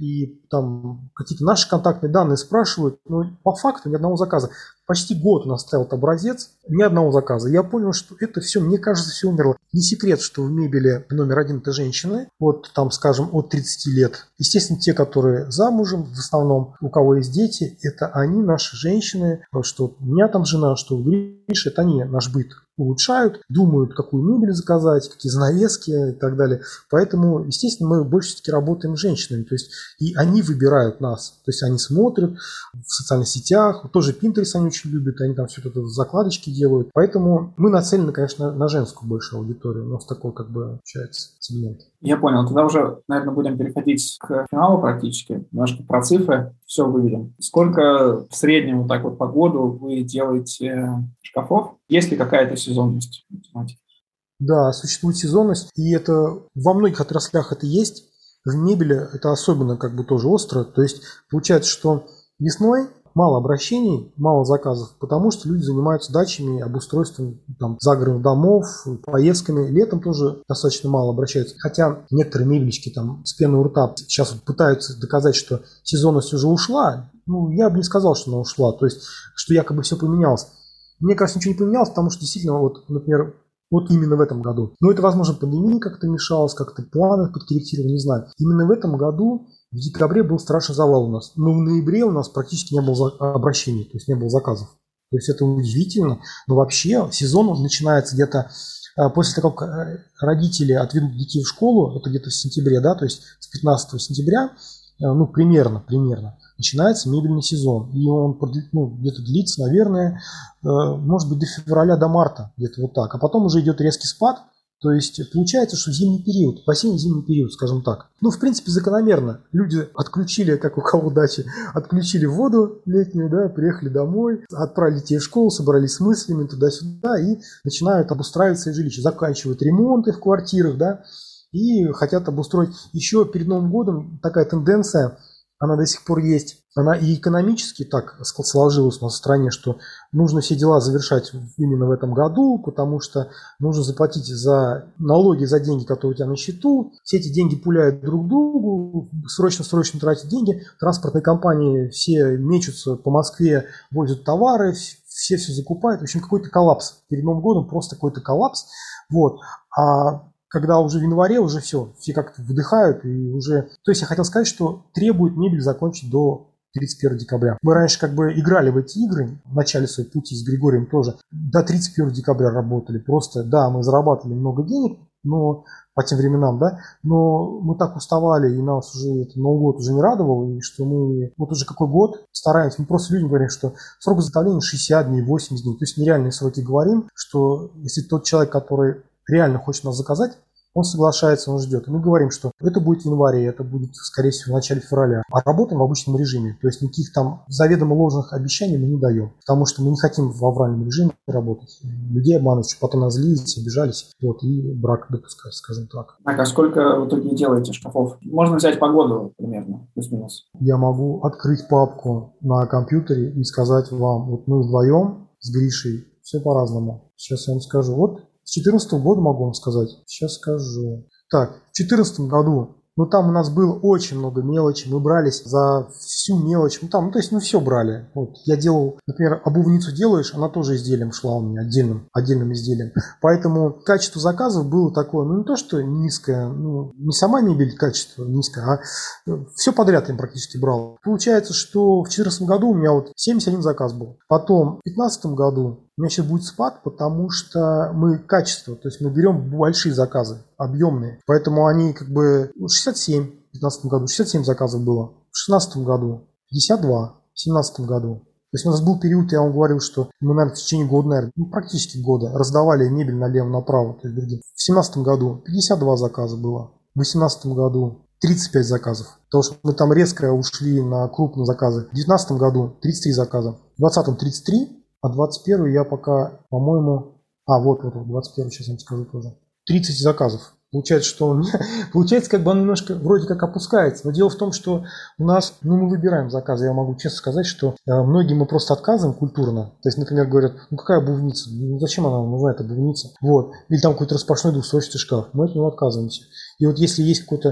там какие-то наши контактные данные спрашивают, но по факту ни одного заказа. Почти год у нас стоял этот образец, ни одного заказа. Я понял, что это все, мне кажется, все умерло. Не секрет, что в мебели номер один это женщины, вот там, скажем, от тридцати лет. Естественно, те, которые замужем, в основном, у кого есть дети, это они, наши женщины, что у меня там жена, что у Гриши, это они наш быт улучшают, думают, какую мебель заказать, какие занавески и так далее. Поэтому, естественно, мы больше все-таки работаем с женщинами. То есть и они выбирают нас. То есть они смотрят в социальных сетях, тоже Pinterest они очень любят, они там все это закладочки делают. Поэтому мы нацелены, конечно, на женскую большую аудиторию. У нас такой, как бы, получается, сегмент. Я понял. Тогда уже, наверное, будем переходить к финалу практически. Немножко про цифры все выведем. Сколько в среднем вот так вот по году вы делаете шкафов? Есть ли какая-то сезонность в математике? Да, существует сезонность, и это во многих отраслях это есть. В мебели это особенно как бы тоже остро. То есть получается, что весной мало обращений, мало заказов, потому что люди занимаются дачами, обустройством там, загородных домов, поездками. Летом тоже достаточно мало обращаются. Хотя некоторые мебельщики там с пеной у рта сейчас вот пытаются доказать, что сезонность уже ушла. Ну, я бы не сказал, что она ушла. То есть, что якобы все поменялось. Мне кажется, ничего не поменялось, потому что действительно, вот, например, вот именно в этом году. Но это, возможно, пандемия как-то мешалась, как-то планы подкорректировали, не знаю. Именно в этом году в декабре был страшный завал у нас. Но в ноябре у нас практически не было обращений, то есть не было заказов. То есть это удивительно. Но вообще сезон начинается где-то после того, как родители отведут детей в школу, это где-то в сентябре, да, то есть с пятнадцатого сентября, ну, примерно, примерно, начинается мебельный сезон. И он ну, где-то длится, наверное, может быть, до февраля, до марта, где-то вот так. А потом уже идет резкий спад. То есть получается, что зимний период, осенне-зимний период, скажем так. Ну, в принципе, закономерно. Люди отключили, как у кого дачи, отключили воду летнюю, да, приехали домой, отправили детей в школу, собрались с мыслями туда-сюда и начинают обустраивать свои жилища. Заканчивают ремонты в квартирах, да, и хотят обустроить. Еще перед Новым годом такая тенденция, она до сих пор есть. Она и экономически так сложилась у нас в стране, что нужно все дела завершать именно в этом году, потому что нужно заплатить за налоги, за деньги, которые у тебя на счету. Все эти деньги пуляют друг другу, срочно-срочно тратят деньги. Транспортные компании все мечутся по Москве, возят товары, все все закупают. В общем, какой-то коллапс. Перед Новым годом просто какой-то коллапс. Вот. А когда уже в январе уже все, все как-то выдыхают и уже... То есть я хотел сказать, что требует мебель закончить до тридцать первого декабря. Мы раньше как бы играли в эти игры, в начале своего пути с Григорием тоже, до тридцать первого декабря работали. Просто, да, мы зарабатывали много денег, но по тем временам, да, но мы так уставали, и нас уже это, Новый год уже не радовал, и что мы вот уже какой год стараемся, мы просто людям говорим, что срок изготовления шестьдесят дней, восемьдесят дней, то есть нереальные сроки говорим, что если тот человек, который реально хочет нас заказать, он соглашается, он ждет. И мы говорим, что это будет в январе, это будет, скорее всего, в начале февраля. А работаем в обычном режиме. То есть никаких там заведомо ложных обещаний мы не даем. Потому что мы не хотим в авральном режиме работать. Людей обманывать, чтобы потом нас злились, обижались. Вот, и брак допускать, скажем так. Так, а сколько в итоге делаете шкафов? Можно взять по году примерно, плюс-минус. Я могу открыть папку на компьютере и сказать вам, вот мы вдвоем с Гришей, все по-разному. Сейчас я вам скажу. Вот с две тысячи четырнадцатого года могу вам сказать. Сейчас скажу. Так, в две тысячи четырнадцатом году, ну там у нас было очень много мелочи. Мы брались за всю мелочь. Ну там, ну то есть мы все брали. Вот я делал, например, обувницу делаешь, она тоже изделием шла у меня, отдельным, отдельным изделием. Поэтому качество заказов было такое, ну не то, что низкое, ну не сама мебель качество низкое, а все подряд я практически брал. Получается, что в две тысячи четырнадцатом году у меня вот семьдесят один заказ был. Потом в две тысячи пятнадцатом году у меня сейчас будет спад, потому что мы качество, то есть мы берем большие заказы, объемные. Поэтому они как бы шестьдесят семь в две тысячи пятнадцатом году, шестьдесят семь заказов было. В две тысячи шестнадцатом году пятьдесят два, в две тысячи семнадцатом году. То есть у нас был период, я вам говорил, что мы, наверное, в течение года, наверное, ну, практически года раздавали мебель налево-направо. То есть другим. В две тысячи семнадцатом году пятьдесят два заказа было. В две тысячи восемнадцатом году тридцать пять заказов. Потому что мы там резко ушли на крупные заказы. В две тысячи девятнадцатом году тридцать три заказа. В две тысячи двадцатом тридцать три. А двадцать первый я пока, по-моему... А, вот, вот, двадцать первый, сейчас я вам скажу тоже. тридцать заказов. Получается, что он... Получается, как бы он немножко вроде как опускается. Но дело в том, что у нас... Ну, мы выбираем заказы. Я могу честно сказать, что э, многие мы просто отказываем культурно. То есть, например, говорят, ну, какая обувница? Ну, зачем она нам нужна, эта обувница? Вот. Или там какой-то распашной двухстворчатый шкаф. Мы от него отказываемся. И вот если есть какой-то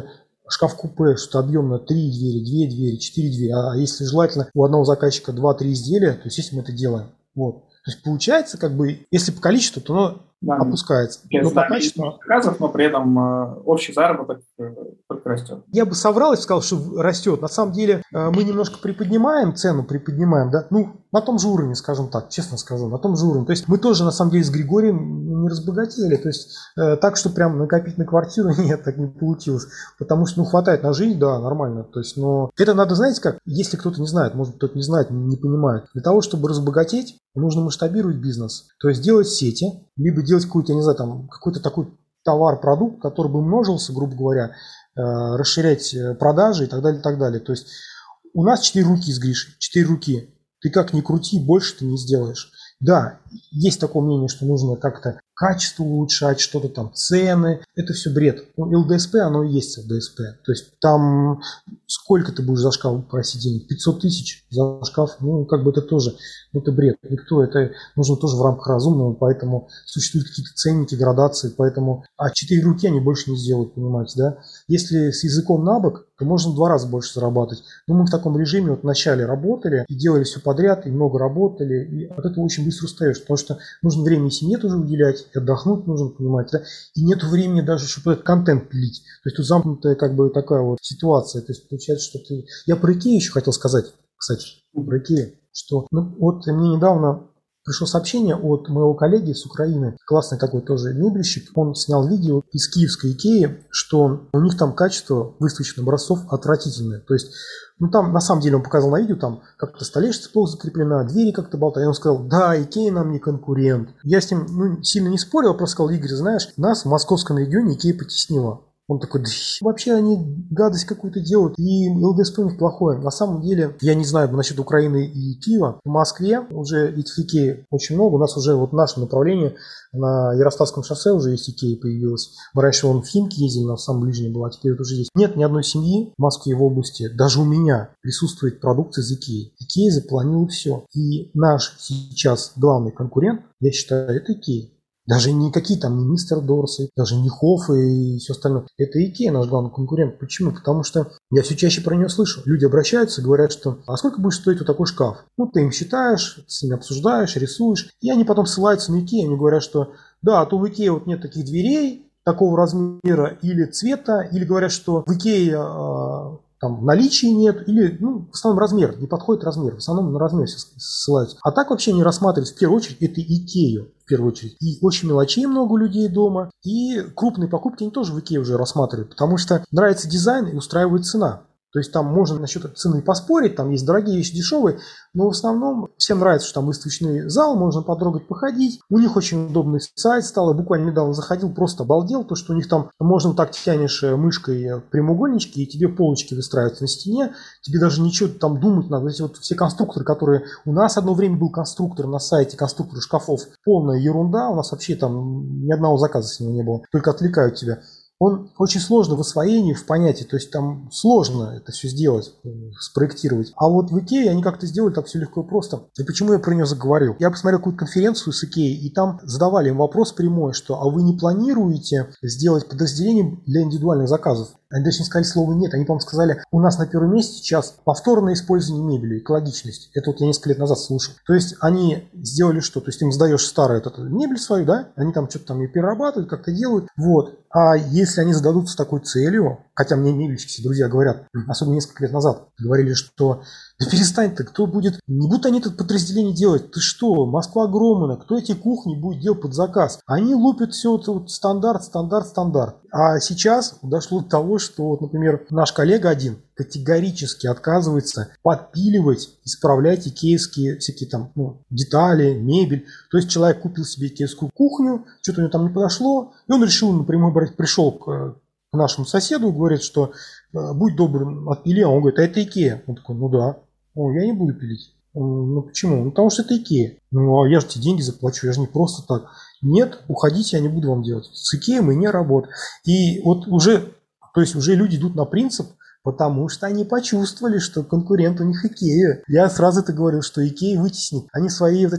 шкаф-купе, что объемно три двери, две двери, четыре двери, а если желательно у одного заказчика два-три изделия, то, естественно, мы это делаем. Вот. То есть получается, как бы, если по количеству, то оно да, опускается. Но по качеству заказов, но при этом э, общий заработок э, только растет. Я бы соврал и сказал, что растет. На самом деле э, мы немножко приподнимаем цену, приподнимаем, да, ну, на том же уровне, скажем так, честно скажу, на том же уровне. То есть мы тоже, на самом деле, с Григорием не разбогатели. То есть э, так, что прям накопить на квартиру, нет, так не получилось. Потому что, ну, хватает на жизнь, да, нормально. То есть, но это надо, знаете как, если кто-то не знает, может, кто-то не знает, не понимает. Для того, чтобы разбогатеть, нужно масштабировать бизнес. То есть делать сети, либо делать какой-то, я не знаю, там, какой-то такой товар, продукт, который бы множился, грубо говоря, э, расширять продажи и так далее, и так далее. То есть у нас четыре руки с Гришей, четыре руки. Ты как ни крути, больше ты не сделаешь. Да, есть такое мнение, что нужно как-то качество улучшать, что-то там, цены. Это все бред. Ну, эл дэ эс пэ, оно и есть эл дэ эс пэ. То есть там сколько ты будешь за шкаф просить денег? пятьсот тысяч за шкаф? Ну, как бы это тоже, это бред. Никто, это нужно тоже в рамках разумного, поэтому существуют какие-то ценники, градации, поэтому, а четыре руки они больше не сделают, понимаете, да? Если с языком на бок, то можно в два раза больше зарабатывать. Но мы в таком режиме вот вначале работали и делали все подряд, и много работали, и от этого очень быстро устаешь, потому что нужно время и семье тоже уделять, и отдохнуть нужно, понимаете, да? И нет времени даже, чтобы этот контент пилить. То есть тут замкнутая как бы такая вот ситуация. То есть получается, что ты... Я про Икею еще хотел сказать, кстати, про Икею, что ну, вот мне недавно пришло сообщение от моего коллеги с Украины, классный такой тоже мебельщик, он снял видео из киевской Икеи, что у них там качество выставочных образцов отвратительное. То есть, ну там на самом деле он показал на видео, там как-то столешница плохо закреплена, двери как-то болтают. И он сказал, да, Икея нам не конкурент. Я с ним ну, сильно не спорил, просто сказал, Игорь, знаешь, нас в московском регионе Икея потеснила. Он такой, да вообще они гадость какую-то делают, и эл дэ эс пэ у них плохое. На самом деле, я не знаю насчет Украины и Киева. В Москве уже этих Икеи очень много. У нас уже вот в нашем направлении на Ярославском шоссе уже есть Икея появилась. Мы раньше вон в Химки ездили, у нас самая ближняя была, а теперь вот уже есть. Нет ни одной семьи в Москве и в области, даже у меня присутствует продукция из Икеи. Икея запланила все. И наш сейчас главный конкурент, я считаю, это Икея. Даже никакие там не Мистер Дорсы, даже не Хофф и все остальное. Это Икея наш главный конкурент. Почему? Потому что я все чаще про нее слышу. Люди обращаются, говорят, что а сколько будет стоить вот такой шкаф? Ну, ты им считаешь, с ними обсуждаешь, рисуешь. И они потом ссылаются на Икею. Они говорят, что да, а то в Икее вот нет таких дверей такого размера или цвета. Или говорят, что в Икее а, там наличия нет. Или, ну, в основном размер. Не подходит размер. В основном на размер все ссылаются. А так вообще не рассматривать в первую очередь это Икею. В первую очередь. И очень мелочей много у людей дома. И крупные покупки они тоже в Икее уже рассматривают. Потому что нравится дизайн и устраивает цена. То есть там можно насчет цены поспорить, там есть дорогие вещи, дешевые, но в основном всем нравится, что там выставочный зал, можно потрогать, походить. У них очень удобный сайт стал, я буквально недавно заходил, просто обалдел, то, что у них там можно так тянешь мышкой прямоугольнички, и тебе полочки выстраиваются на стене, тебе даже ничего там думать надо. Эти вот все конструкторы, которые... У нас одно время был конструктор на сайте, конструктор шкафов, полная ерунда, у нас вообще там ни одного заказа с него не было, только отвлекают тебя. Он очень сложно в освоении, в понятии, то есть там сложно это все сделать, спроектировать. А вот в Икее они как-то сделали так все легко и просто. И почему я про нее заговорил? Я посмотрел какую-то конференцию с Икеей, и там задавали им вопрос прямой, что а вы не планируете сделать подразделение для индивидуальных заказов? Они даже не сказали слово «нет». Они, по-моему, сказали, у нас на первом месте сейчас повторное использование мебели, экологичность. Это вот я несколько лет назад слушал. То есть они сделали что? То есть им сдаешь старую эту мебель свою, да? Они там что-то там ее перерабатывают, как-то делают. Вот. А если они зададутся такой целью, хотя мне мебельщики, все друзья говорят, особенно несколько лет назад, говорили, что да перестань ты, кто будет... Не будут они это подразделение делать. Ты что, Москва огромная, кто эти кухни будет делать под заказ? Они лупят все это вот стандарт, стандарт, стандарт. А сейчас дошло до того, что, вот, например, наш коллега один категорически отказывается подпиливать, исправлять икеевские всякие там ну, детали, мебель. То есть человек купил себе икеевскую кухню, что-то у него там не подошло, и он решил напрямую брать, пришел к, к нашему соседу и говорит, что будь добр, отпили, а он говорит, а это Икея. Он такой, ну да. О, я не буду пилить. Ну почему? Ну потому что это Икея. Ну а я же тебе деньги заплачу, я же не просто так. Нет, уходите, я не буду вам делать. С Икеей мы не работаем. И вот уже, то есть уже люди идут на принцип, потому что они почувствовали, что конкурент у них Икея. Я сразу это говорил, что Икея вытеснит. Они свои вот эти вот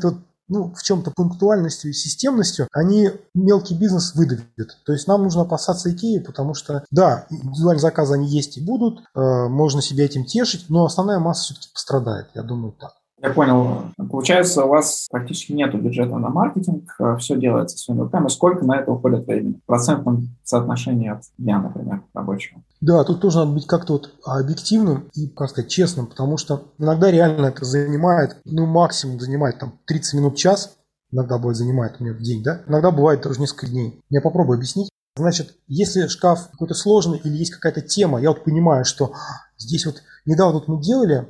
ну, в чем-то пунктуальностью и системностью, они мелкий бизнес выдавят. То есть нам нужно опасаться Икеи, потому что, да, индивидуальные заказы они есть и будут, э, можно себя этим тешить, но основная масса все-таки пострадает, я думаю, так. Я понял. Получается, у вас практически нет бюджета на маркетинг, все делается своими руками. Сколько на это уходит времени? В процентном соотношении от дня, например, рабочего? Да, тут тоже надо быть как-то вот объективным и, как сказать, честным, потому что иногда реально это занимает, ну, максимум занимает там тридцать минут, час, иногда бывает занимает у меня в день, да, иногда бывает даже несколько дней. Я попробую объяснить. Значит, если шкаф какой-то сложный или есть какая-то тема, я вот понимаю, что здесь вот недавно вот мы делали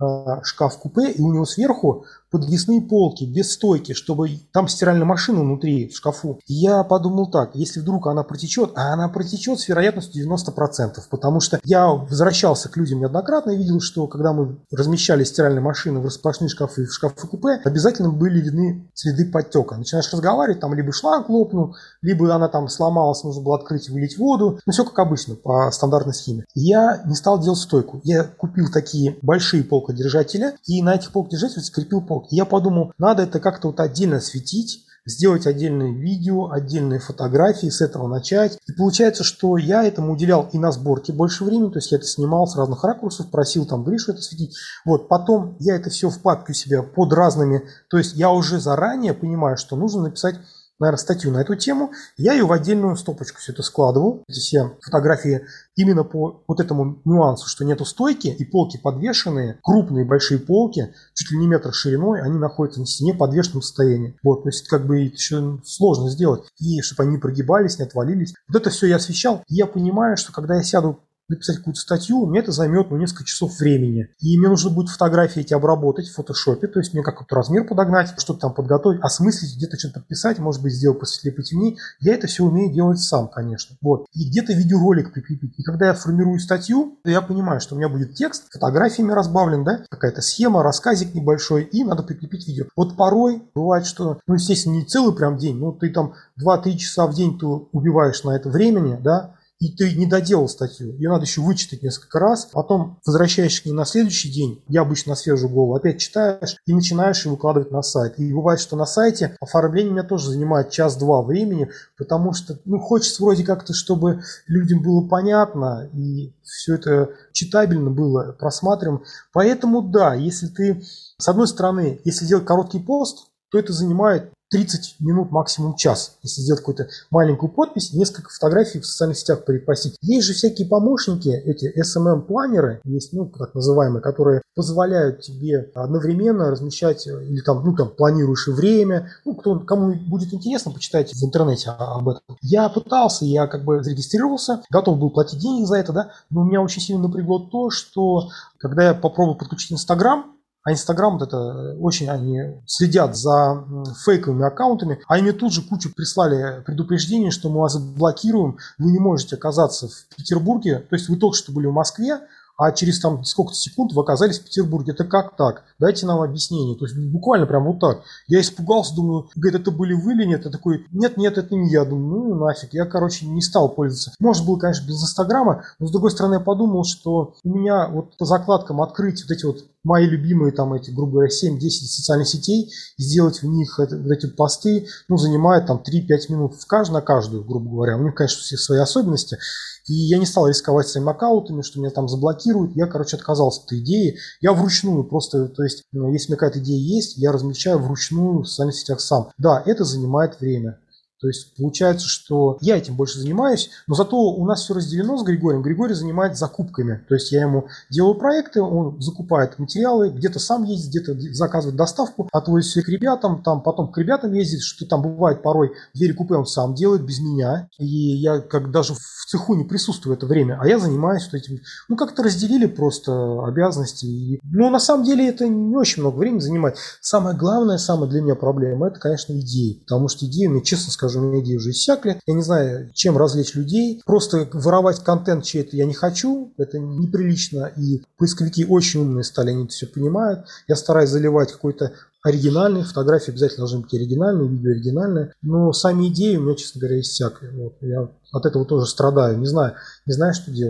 шкаф-купе, и у него сверху подвесные полки, без стойки, чтобы там стиральная машина внутри в шкафу. И я подумал так, если вдруг она протечет, а она протечет с вероятностью девяносто процентов, потому что я возвращался к людям неоднократно и видел, что когда мы размещали стиральные машины в распашные шкафы, в шкафы-купе, обязательно были видны следы подтека. Начинаешь разговаривать, там либо шланг лопнул, либо она там сломалась, нужно было открыть и вылить воду. Ну, все как обычно, по стандартной схеме. И я не стал делать стойку. Я купил такие большие полкодержатели, и на этих полкодержателях скрепил полки. Я подумал, надо это как-то вот отдельно светить, сделать отдельное видео, отдельные фотографии, с этого начать. И получается, что я этому уделял и на сборке больше времени, то есть я это снимал с разных ракурсов, просил там Гришу это светить. Вот, потом я это все в папке у себя под разными, то есть я уже заранее понимаю, что нужно написать, наверное, статью на эту тему. Я ее в отдельную стопочку все это складывал, эти все фотографии именно по вот этому нюансу, что нету стойки и полки подвешенные, крупные большие полки, чуть ли не метр шириной, они находятся на стене в подвешенном состоянии. Вот, то есть как бы это еще сложно сделать. И чтобы они не прогибались, не отвалились. Вот это все я освещал. И я понимаю, что когда я сяду написать какую-то статью, мне это займет ну, несколько часов времени. И мне нужно будет фотографии эти обработать в фотошопе, то есть мне какой-то размер подогнать, что-то там подготовить, осмыслить, где-то что-то подписать, может быть, сделать посветлее, потемнее. Я это все умею делать сам, конечно. Вот. И где-то видеоролик прикрепить. И когда я формирую статью, то я понимаю, что у меня будет текст, фотографиями разбавлен, да, какая-то схема, рассказик небольшой, и надо прикрепить видео. Вот порой бывает, что, ну, естественно, не целый прям день, но ты там два-три часа в день ты убиваешь на это времени, да, и ты не доделал статью, ее надо еще вычитать несколько раз, потом возвращаешься к ней на следующий день, я обычно на свежую голову, опять читаешь и начинаешь ее выкладывать на сайт. И бывает, что на сайте оформление меня тоже занимает час-два времени, потому что, ну, хочется вроде как-то, чтобы людям было понятно и все это читабельно было, просматриваем. Поэтому да, если ты, с одной стороны, если делать короткий пост, то это занимает тридцать минут, максимум час, если сделать какую-то маленькую подпись, несколько фотографий в социальных сетях перепостить. Есть же всякие помощники, эти эс эм эм-планеры, есть, ну, так называемые, которые позволяют тебе одновременно размещать, или там, ну, там, планируешь и время. Ну, кто, кому будет интересно, почитайте в интернете об этом. Я пытался, я как бы зарегистрировался, готов был платить денег за это, да, но меня очень сильно напрягло то, что когда я попробовал подключить Инстаграм, а Инстаграм вот это очень они следят за фейковыми аккаунтами. Они мне тут же кучу прислали предупреждений, что мы вас блокируем, вы не можете оказаться в Петербурге. То есть вы только что были в Москве, а через там сколько-то секунд вы оказались в Петербурге. Это как так? Дайте нам объяснение. То есть буквально прям вот так. Я испугался, думаю, говорит, это были вы или нет? Я такой, нет, нет, это не я. Думаю, ну нафиг. Я, короче, не стал пользоваться. Может, было, конечно, без Инстаграма, но с другой стороны я подумал, что у меня вот по закладкам открыть вот эти вот мои любимые там эти, грубо говоря, семь-десять социальных сетей и сделать в них это, вот эти посты, ну, занимает там три-пять минут в каждую, на каждую, грубо говоря. У них, конечно, все свои особенности. И я не стал рисковать своими аккаунтами, что меня там заблокируют. Я, короче, отказался от этой идеи. Я вручную просто, то есть, если у меня какая-то идея есть, я размещаю вручную в социальных сетях сам. Да, это занимает время. То есть получается, что я этим больше занимаюсь, но зато у нас все разделено с Григорием. Григорий занимается закупками. То есть я ему делаю проекты, он закупает материалы, где-то сам ездит, где-то заказывает доставку, отвозит все к ребятам, там потом к ребятам ездит, что там бывает порой двери купе он сам делает без меня. И я как даже в цеху не присутствую в это время, а я занимаюсь вот этим. Ну как-то разделили просто обязанности. И, ну на самом деле это не очень много времени занимает. Самое главное, самая для меня проблема, это, конечно, идеи. Потому что идеи, мне честно скажу, у меня идеи уже иссякли. Я не знаю, чем развлечь людей. Просто воровать контент чей-то я не хочу. Это неприлично. И поисковики очень умные стали, они это все понимают. Я стараюсь заливать какой-то оригинальный. Фотографии обязательно должны быть оригинальные, видео оригинальное. Но сами идеи у меня, честно говоря, иссякли. Вот. Я от этого тоже страдаю. Не знаю, не знаю, что делать.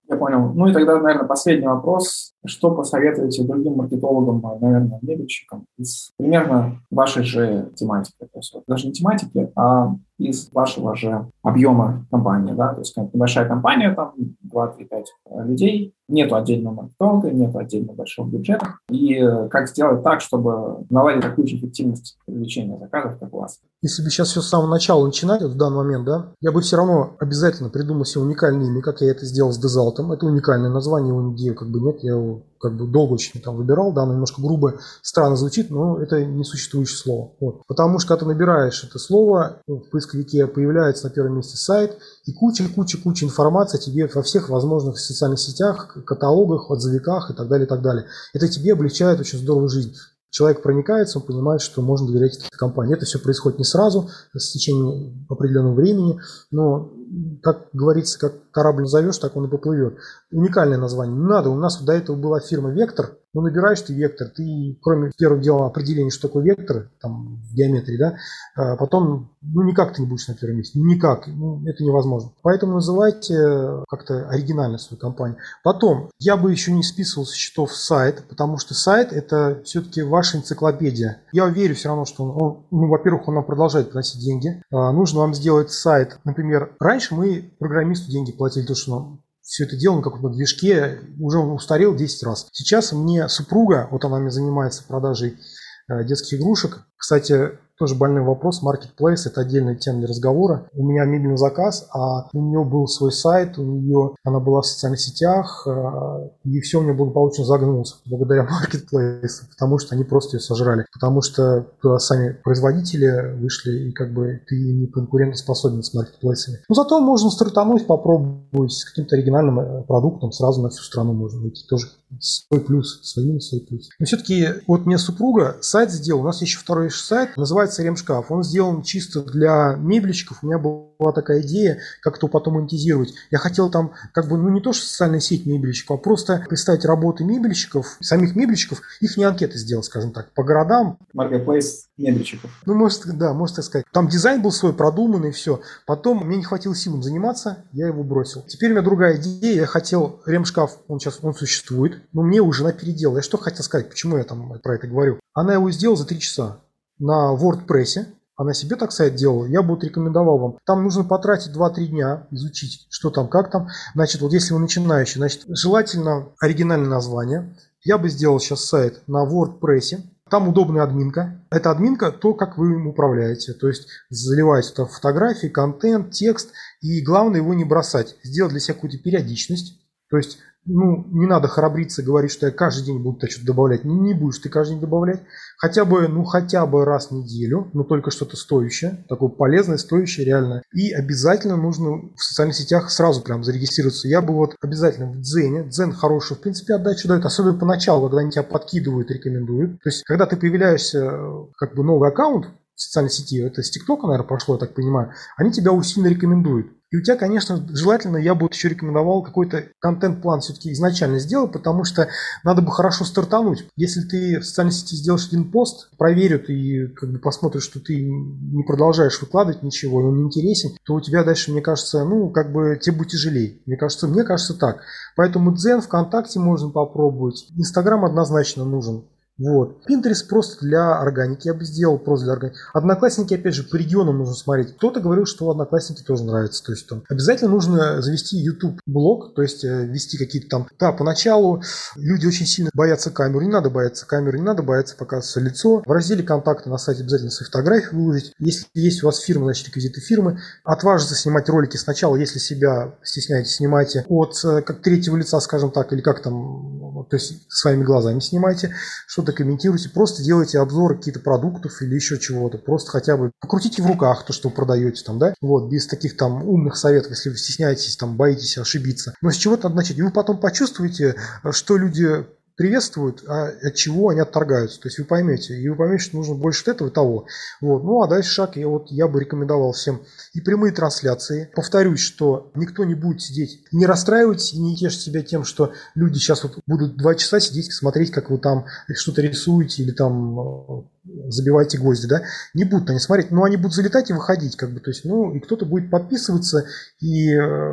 Я понял. Ну и тогда, наверное, последний вопрос. Что посоветуете другим маркетологам, наверное, мебельщикам из примерно вашей же тематики? То есть, вот, даже не тематики, а из вашего же объема компании. Да? То есть небольшая компания, там два-три-пять людей, нету отдельного маркетолога, нету отдельно большого бюджета. И как сделать так, чтобы наладить такую же эффективность привлечения заказов, как у вас? Если бы сейчас все с самого начала начинать, вот в данный момент, да, я бы все равно обязательно придумал себе уникальное имя, как я это сделал с Дезалтом. Это уникальное название, его нигде как бы нет, я его как бы долго очень там выбирал, да, оно немножко грубо, странно звучит, но это несуществующее слово. Вот. Потому что когда ты набираешь это слово, ну, в поисковике появляется на первом месте сайт и куча-куча-куча информации о тебе во всех возможных социальных сетях, каталогах, отзывиках и так далее, и так далее. Это тебе облегчает очень здорово жизнь. Человек проникается, он понимает, что можно доверять этой компании. Это все происходит не сразу, с течением определенного времени, но, как говорится, как корабль назовешь, так он и поплывет. Уникальное название. Не надо, у нас до этого была фирма «Вектор». Ну, набираешь ты «Вектор», ты, кроме первого дела определения, что такое вектор, там, в геометрии, да, а потом, ну, никак ты не будешь на первом месте. Никак. Ну, это невозможно. Поэтому называйте как-то оригинально свою компанию. Потом, я бы еще не списывал со счетов сайт, потому что сайт – это все-таки ваша энциклопедия. Я верю все равно, что он, он ну, во-первых, он нам продолжает приносить деньги. А, нужно вам сделать сайт. Например, раньше мы программисту деньги платили, то, что нам все это дело на каком-то движке, уже устарел десять раз. Сейчас мне супруга, вот она мне занимается продажей э, детских игрушек. Кстати, тоже больной вопрос. Marketplace – это отдельная тема для разговора. У меня мебельный заказ, а у нее был свой сайт, у нее она была в социальных сетях, и все у нее благополучно загнулось благодаря Marketplace, потому что они просто ее сожрали. Потому что сами производители вышли, и как бы ты не конкурентоспособен с Marketplace. Но зато можно стартануть, попробовать с каким-то оригинальным продуктом, сразу на всю страну можно выйти. Тоже свой плюс, свой минус, свой плюс. Но все-таки вот мне супруга сайт сделал. У нас еще второй сайт, называется «Ремшкаф». Он сделан чисто для мебельщиков. У меня была такая идея, как это потом монетизировать. Я хотел там, как бы, ну не то, что социальная сеть мебельщиков, а просто представить работы мебельщиков, самих мебельщиков, их не анкеты сделать, скажем так, по городам. Marketplace мебельщиков. Ну, может, да, можно так сказать. Там дизайн был свой, продуманный, все. Потом мне не хватило сил им заниматься, я его бросил. Теперь у меня другая идея. Я хотел Ремшкаф, он сейчас он существует, но мне уже на передел. Я что хотел сказать, почему я там про это говорю? Она его сделала за три часа на WordPress. Она себе так сайт делала, я бы вот рекомендовал вам. Там нужно потратить два-три дня, изучить, что там, как там. Значит, вот если вы начинающий, значит, желательно оригинальное название. Я бы сделал сейчас сайт на WordPress. Там удобная админка. Эта админка то, как вы им управляете. То есть заливаете туда фотографии, контент, текст. И главное его не бросать. Сделать для себя какую-то периодичность. То есть, ну, не надо храбриться, говорить, что я каждый день буду туда что-то добавлять. Не, не будешь ты каждый день добавлять. Хотя бы, ну, хотя бы раз в неделю, но только что-то стоящее, такое полезное, стоящее, реальное. И обязательно нужно в социальных сетях сразу прям зарегистрироваться. Я бы вот обязательно в Дзене. Дзен хороший, в принципе, отдачу дает, особенно поначалу, когда они тебя подкидывают, рекомендуют. То есть, когда ты появляешься, как бы новый аккаунт в социальной сети, это с ТикТока, наверное, пошло, я так понимаю, они тебя усиленно рекомендуют. И у тебя, конечно, желательно, я бы вот еще рекомендовал какой-то контент-план все-таки изначально сделать, потому что надо бы хорошо стартануть. Если ты в социальной сети сделаешь один пост, проверят и как бы посмотрят, что ты не продолжаешь выкладывать ничего, и он не интересен, то у тебя дальше, мне кажется, ну, как бы тебе будет тяжелее. Мне кажется, мне кажется так. Поэтому Дзен, ВКонтакте можно попробовать. Инстаграм однозначно нужен. Вот. Pinterest просто для органики я бы сделал, просто для органики. Одноклассники, опять же, по регионам нужно смотреть. Кто-то говорил, что Одноклассники тоже нравятся. То есть там обязательно нужно завести YouTube-блог, то есть вести какие-то там... Да, поначалу люди очень сильно боятся камеры. Не надо бояться камеры, не надо бояться показываться лицо. В разделе «Контакты» на сайте обязательно свои фотографии выложить. Если есть у вас фирма, значит, реквизиты фирмы. Отважиться снимать ролики сначала, если себя стесняетесь, снимайте от как третьего лица, скажем так, или как там, то есть своими глазами снимайте, что комментируйте, просто делайте обзоры каких-то продуктов или еще чего-то. Просто хотя бы покрутите в руках то, что вы продаете там, да? Вот, без таких там умных советов, если вы стесняетесь, там, боитесь ошибиться. Но с чего-то надо начать. И вы потом почувствуете, что люди приветствуют, а от чего они отторгаются. То есть вы поймете, и вы поймете, что нужно больше этого и того. Вот. Ну а дальше шаг, я, вот, я бы рекомендовал всем и прямые трансляции. Повторюсь, что никто не будет сидеть, не расстраивайтесь и не тешьте себя тем, что люди сейчас вот будут два часа сидеть, смотреть, как вы там что-то рисуете или там забиваете гвозди, да, не будут они смотреть, но они будут залетать и выходить, как бы, то есть, ну, и кто-то будет подписываться и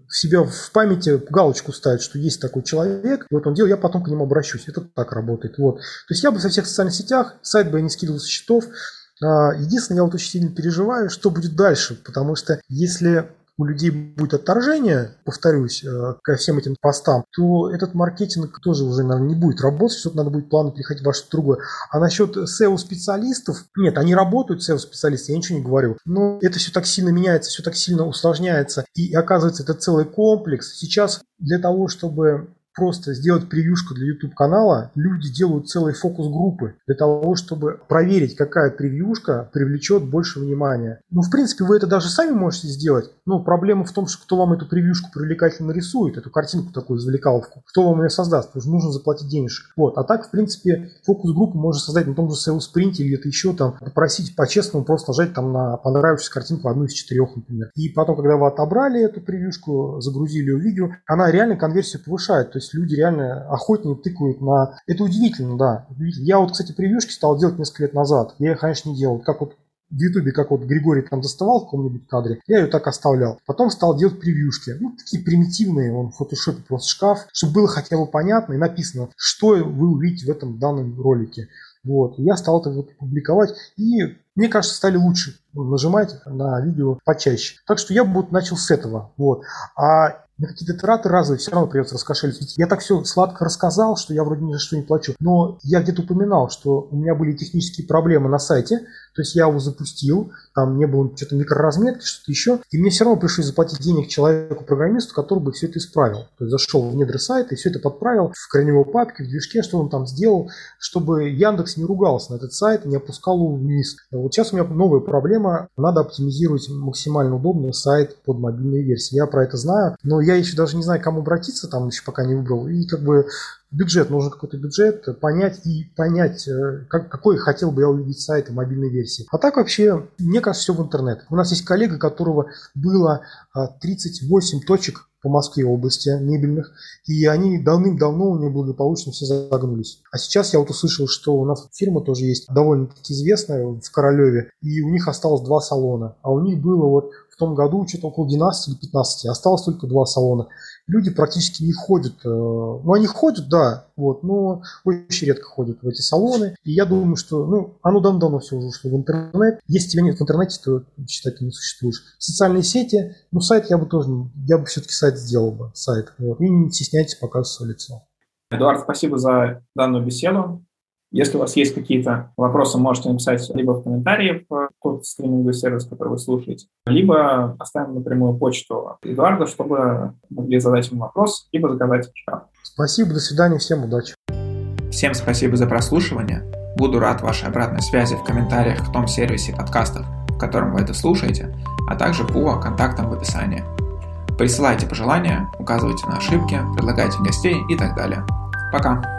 себя в памяти галочку ставит, что есть такой человек, и вот он делает, я потом к нему обращусь. Это так работает. Вот. То есть я бы со всех социальных сетях, сайт бы я не скидывал со счетов. Единственное, я вот очень сильно переживаю, что будет дальше, потому что если у людей будет отторжение, повторюсь, ко всем этим постам, то этот маркетинг тоже уже, наверное, не будет работать, что-то надо будет плавно переходить во что-то другое. А насчет сео-специалистов, нет, они работают, сео-специалисты, я ничего не говорю, но это все так сильно меняется, все так сильно усложняется, и оказывается, это целый комплекс. Сейчас для того, чтобы просто сделать превьюшку для YouTube-канала, люди делают целые фокус-группы для того, чтобы проверить, какая превьюшка привлечет больше внимания. Ну, в принципе, вы это даже сами можете сделать. Но проблема в том, что кто вам эту превьюшку привлекательно рисует, эту картинку такую, извлекаловку, кто вам ее создаст, потому что нужно заплатить денежек. Вот. А так, в принципе, фокус-группу можно создать на том же сео-спринте или где-то еще там, попросить по-честному просто нажать там на понравившуюся картинку одну из четырех, например. И потом, когда вы отобрали эту превьюшку, загрузили ее в видео, она реально конверсию повышает. То есть люди реально охотнее тыкают на... Это удивительно, да. Удивительно. Я вот, кстати, превьюшки стал делать несколько лет назад. Я их, конечно, не делал. Как вот в Ютубе, как вот Григорий там доставал в каком-нибудь кадре, я ее так оставлял. Потом стал делать превьюшки. Ну, такие примитивные, он в фотошопе просто шкаф, чтобы было хотя бы понятно и написано, что вы увидите в этом данном ролике. Вот. И я стал это вот публиковать. И мне кажется, стали лучше нажимать на видео почаще. Так что я бы начал с этого. Вот. А на какие-то траты разовые все равно придется раскошелиться. Ведь я так все сладко рассказал, что я вроде ни за что не плачу. Но я где-то упоминал, что у меня были технические проблемы на сайте. То есть я его запустил, там не было что-то микроразметки, что-то еще. И мне все равно пришлось заплатить денег человеку-программисту, который бы все это исправил. То есть зашел в недры сайта и все это подправил в корневой папке, в движке, что он там сделал, чтобы Яндекс не ругался на этот сайт и не опускал его вниз. Вот сейчас у меня новая проблема. Надо оптимизировать максимально удобный сайт под мобильные версии. Я про это знаю, но я еще даже не знаю, к кому обратиться, там еще пока не выбрал. И как бы бюджет, нужен какой-то бюджет, понять и понять, как, какой хотел бы я увидеть сайт и мобильной версии. А так вообще, мне кажется, все в интернет. У нас есть коллега, у которого было тридцать восемь точек по Москве области мебельных, и они давным-давно у него благополучно все загнулись. А сейчас я вот услышал, что у нас фирма тоже есть довольно-таки известная в Королеве, и у них осталось два салона, а у них было вот в том году что-то около двенадцати или пятнадцати, осталось только два салона. Люди практически не ходят, ну они ходят, да, вот, но очень редко ходят в эти салоны. И я думаю, что, ну, оно давно-давно все уже ушло в интернет. Если тебя нет в интернете, то считай, ты не существуешь. Социальные сети, ну, сайт я бы тоже, я бы все-таки сайт сделал бы, сайт. Вот, и не стесняйтесь показывать свое лицо. Эдуард, спасибо за данную беседу. Если у вас есть какие-то вопросы, можете написать либо в комментарии в тот стриминговый сервис, который вы слушаете, либо оставим напрямую почту Эдуарда, чтобы могли задать ему вопрос, либо заказать шкаф. Спасибо, до свидания, всем удачи. Всем спасибо за прослушивание. Буду рад вашей обратной связи в комментариях в том сервисе подкастов, в котором вы это слушаете, а также по контактам в описании. Присылайте пожелания, указывайте на ошибки, предлагайте гостей и так далее. Пока!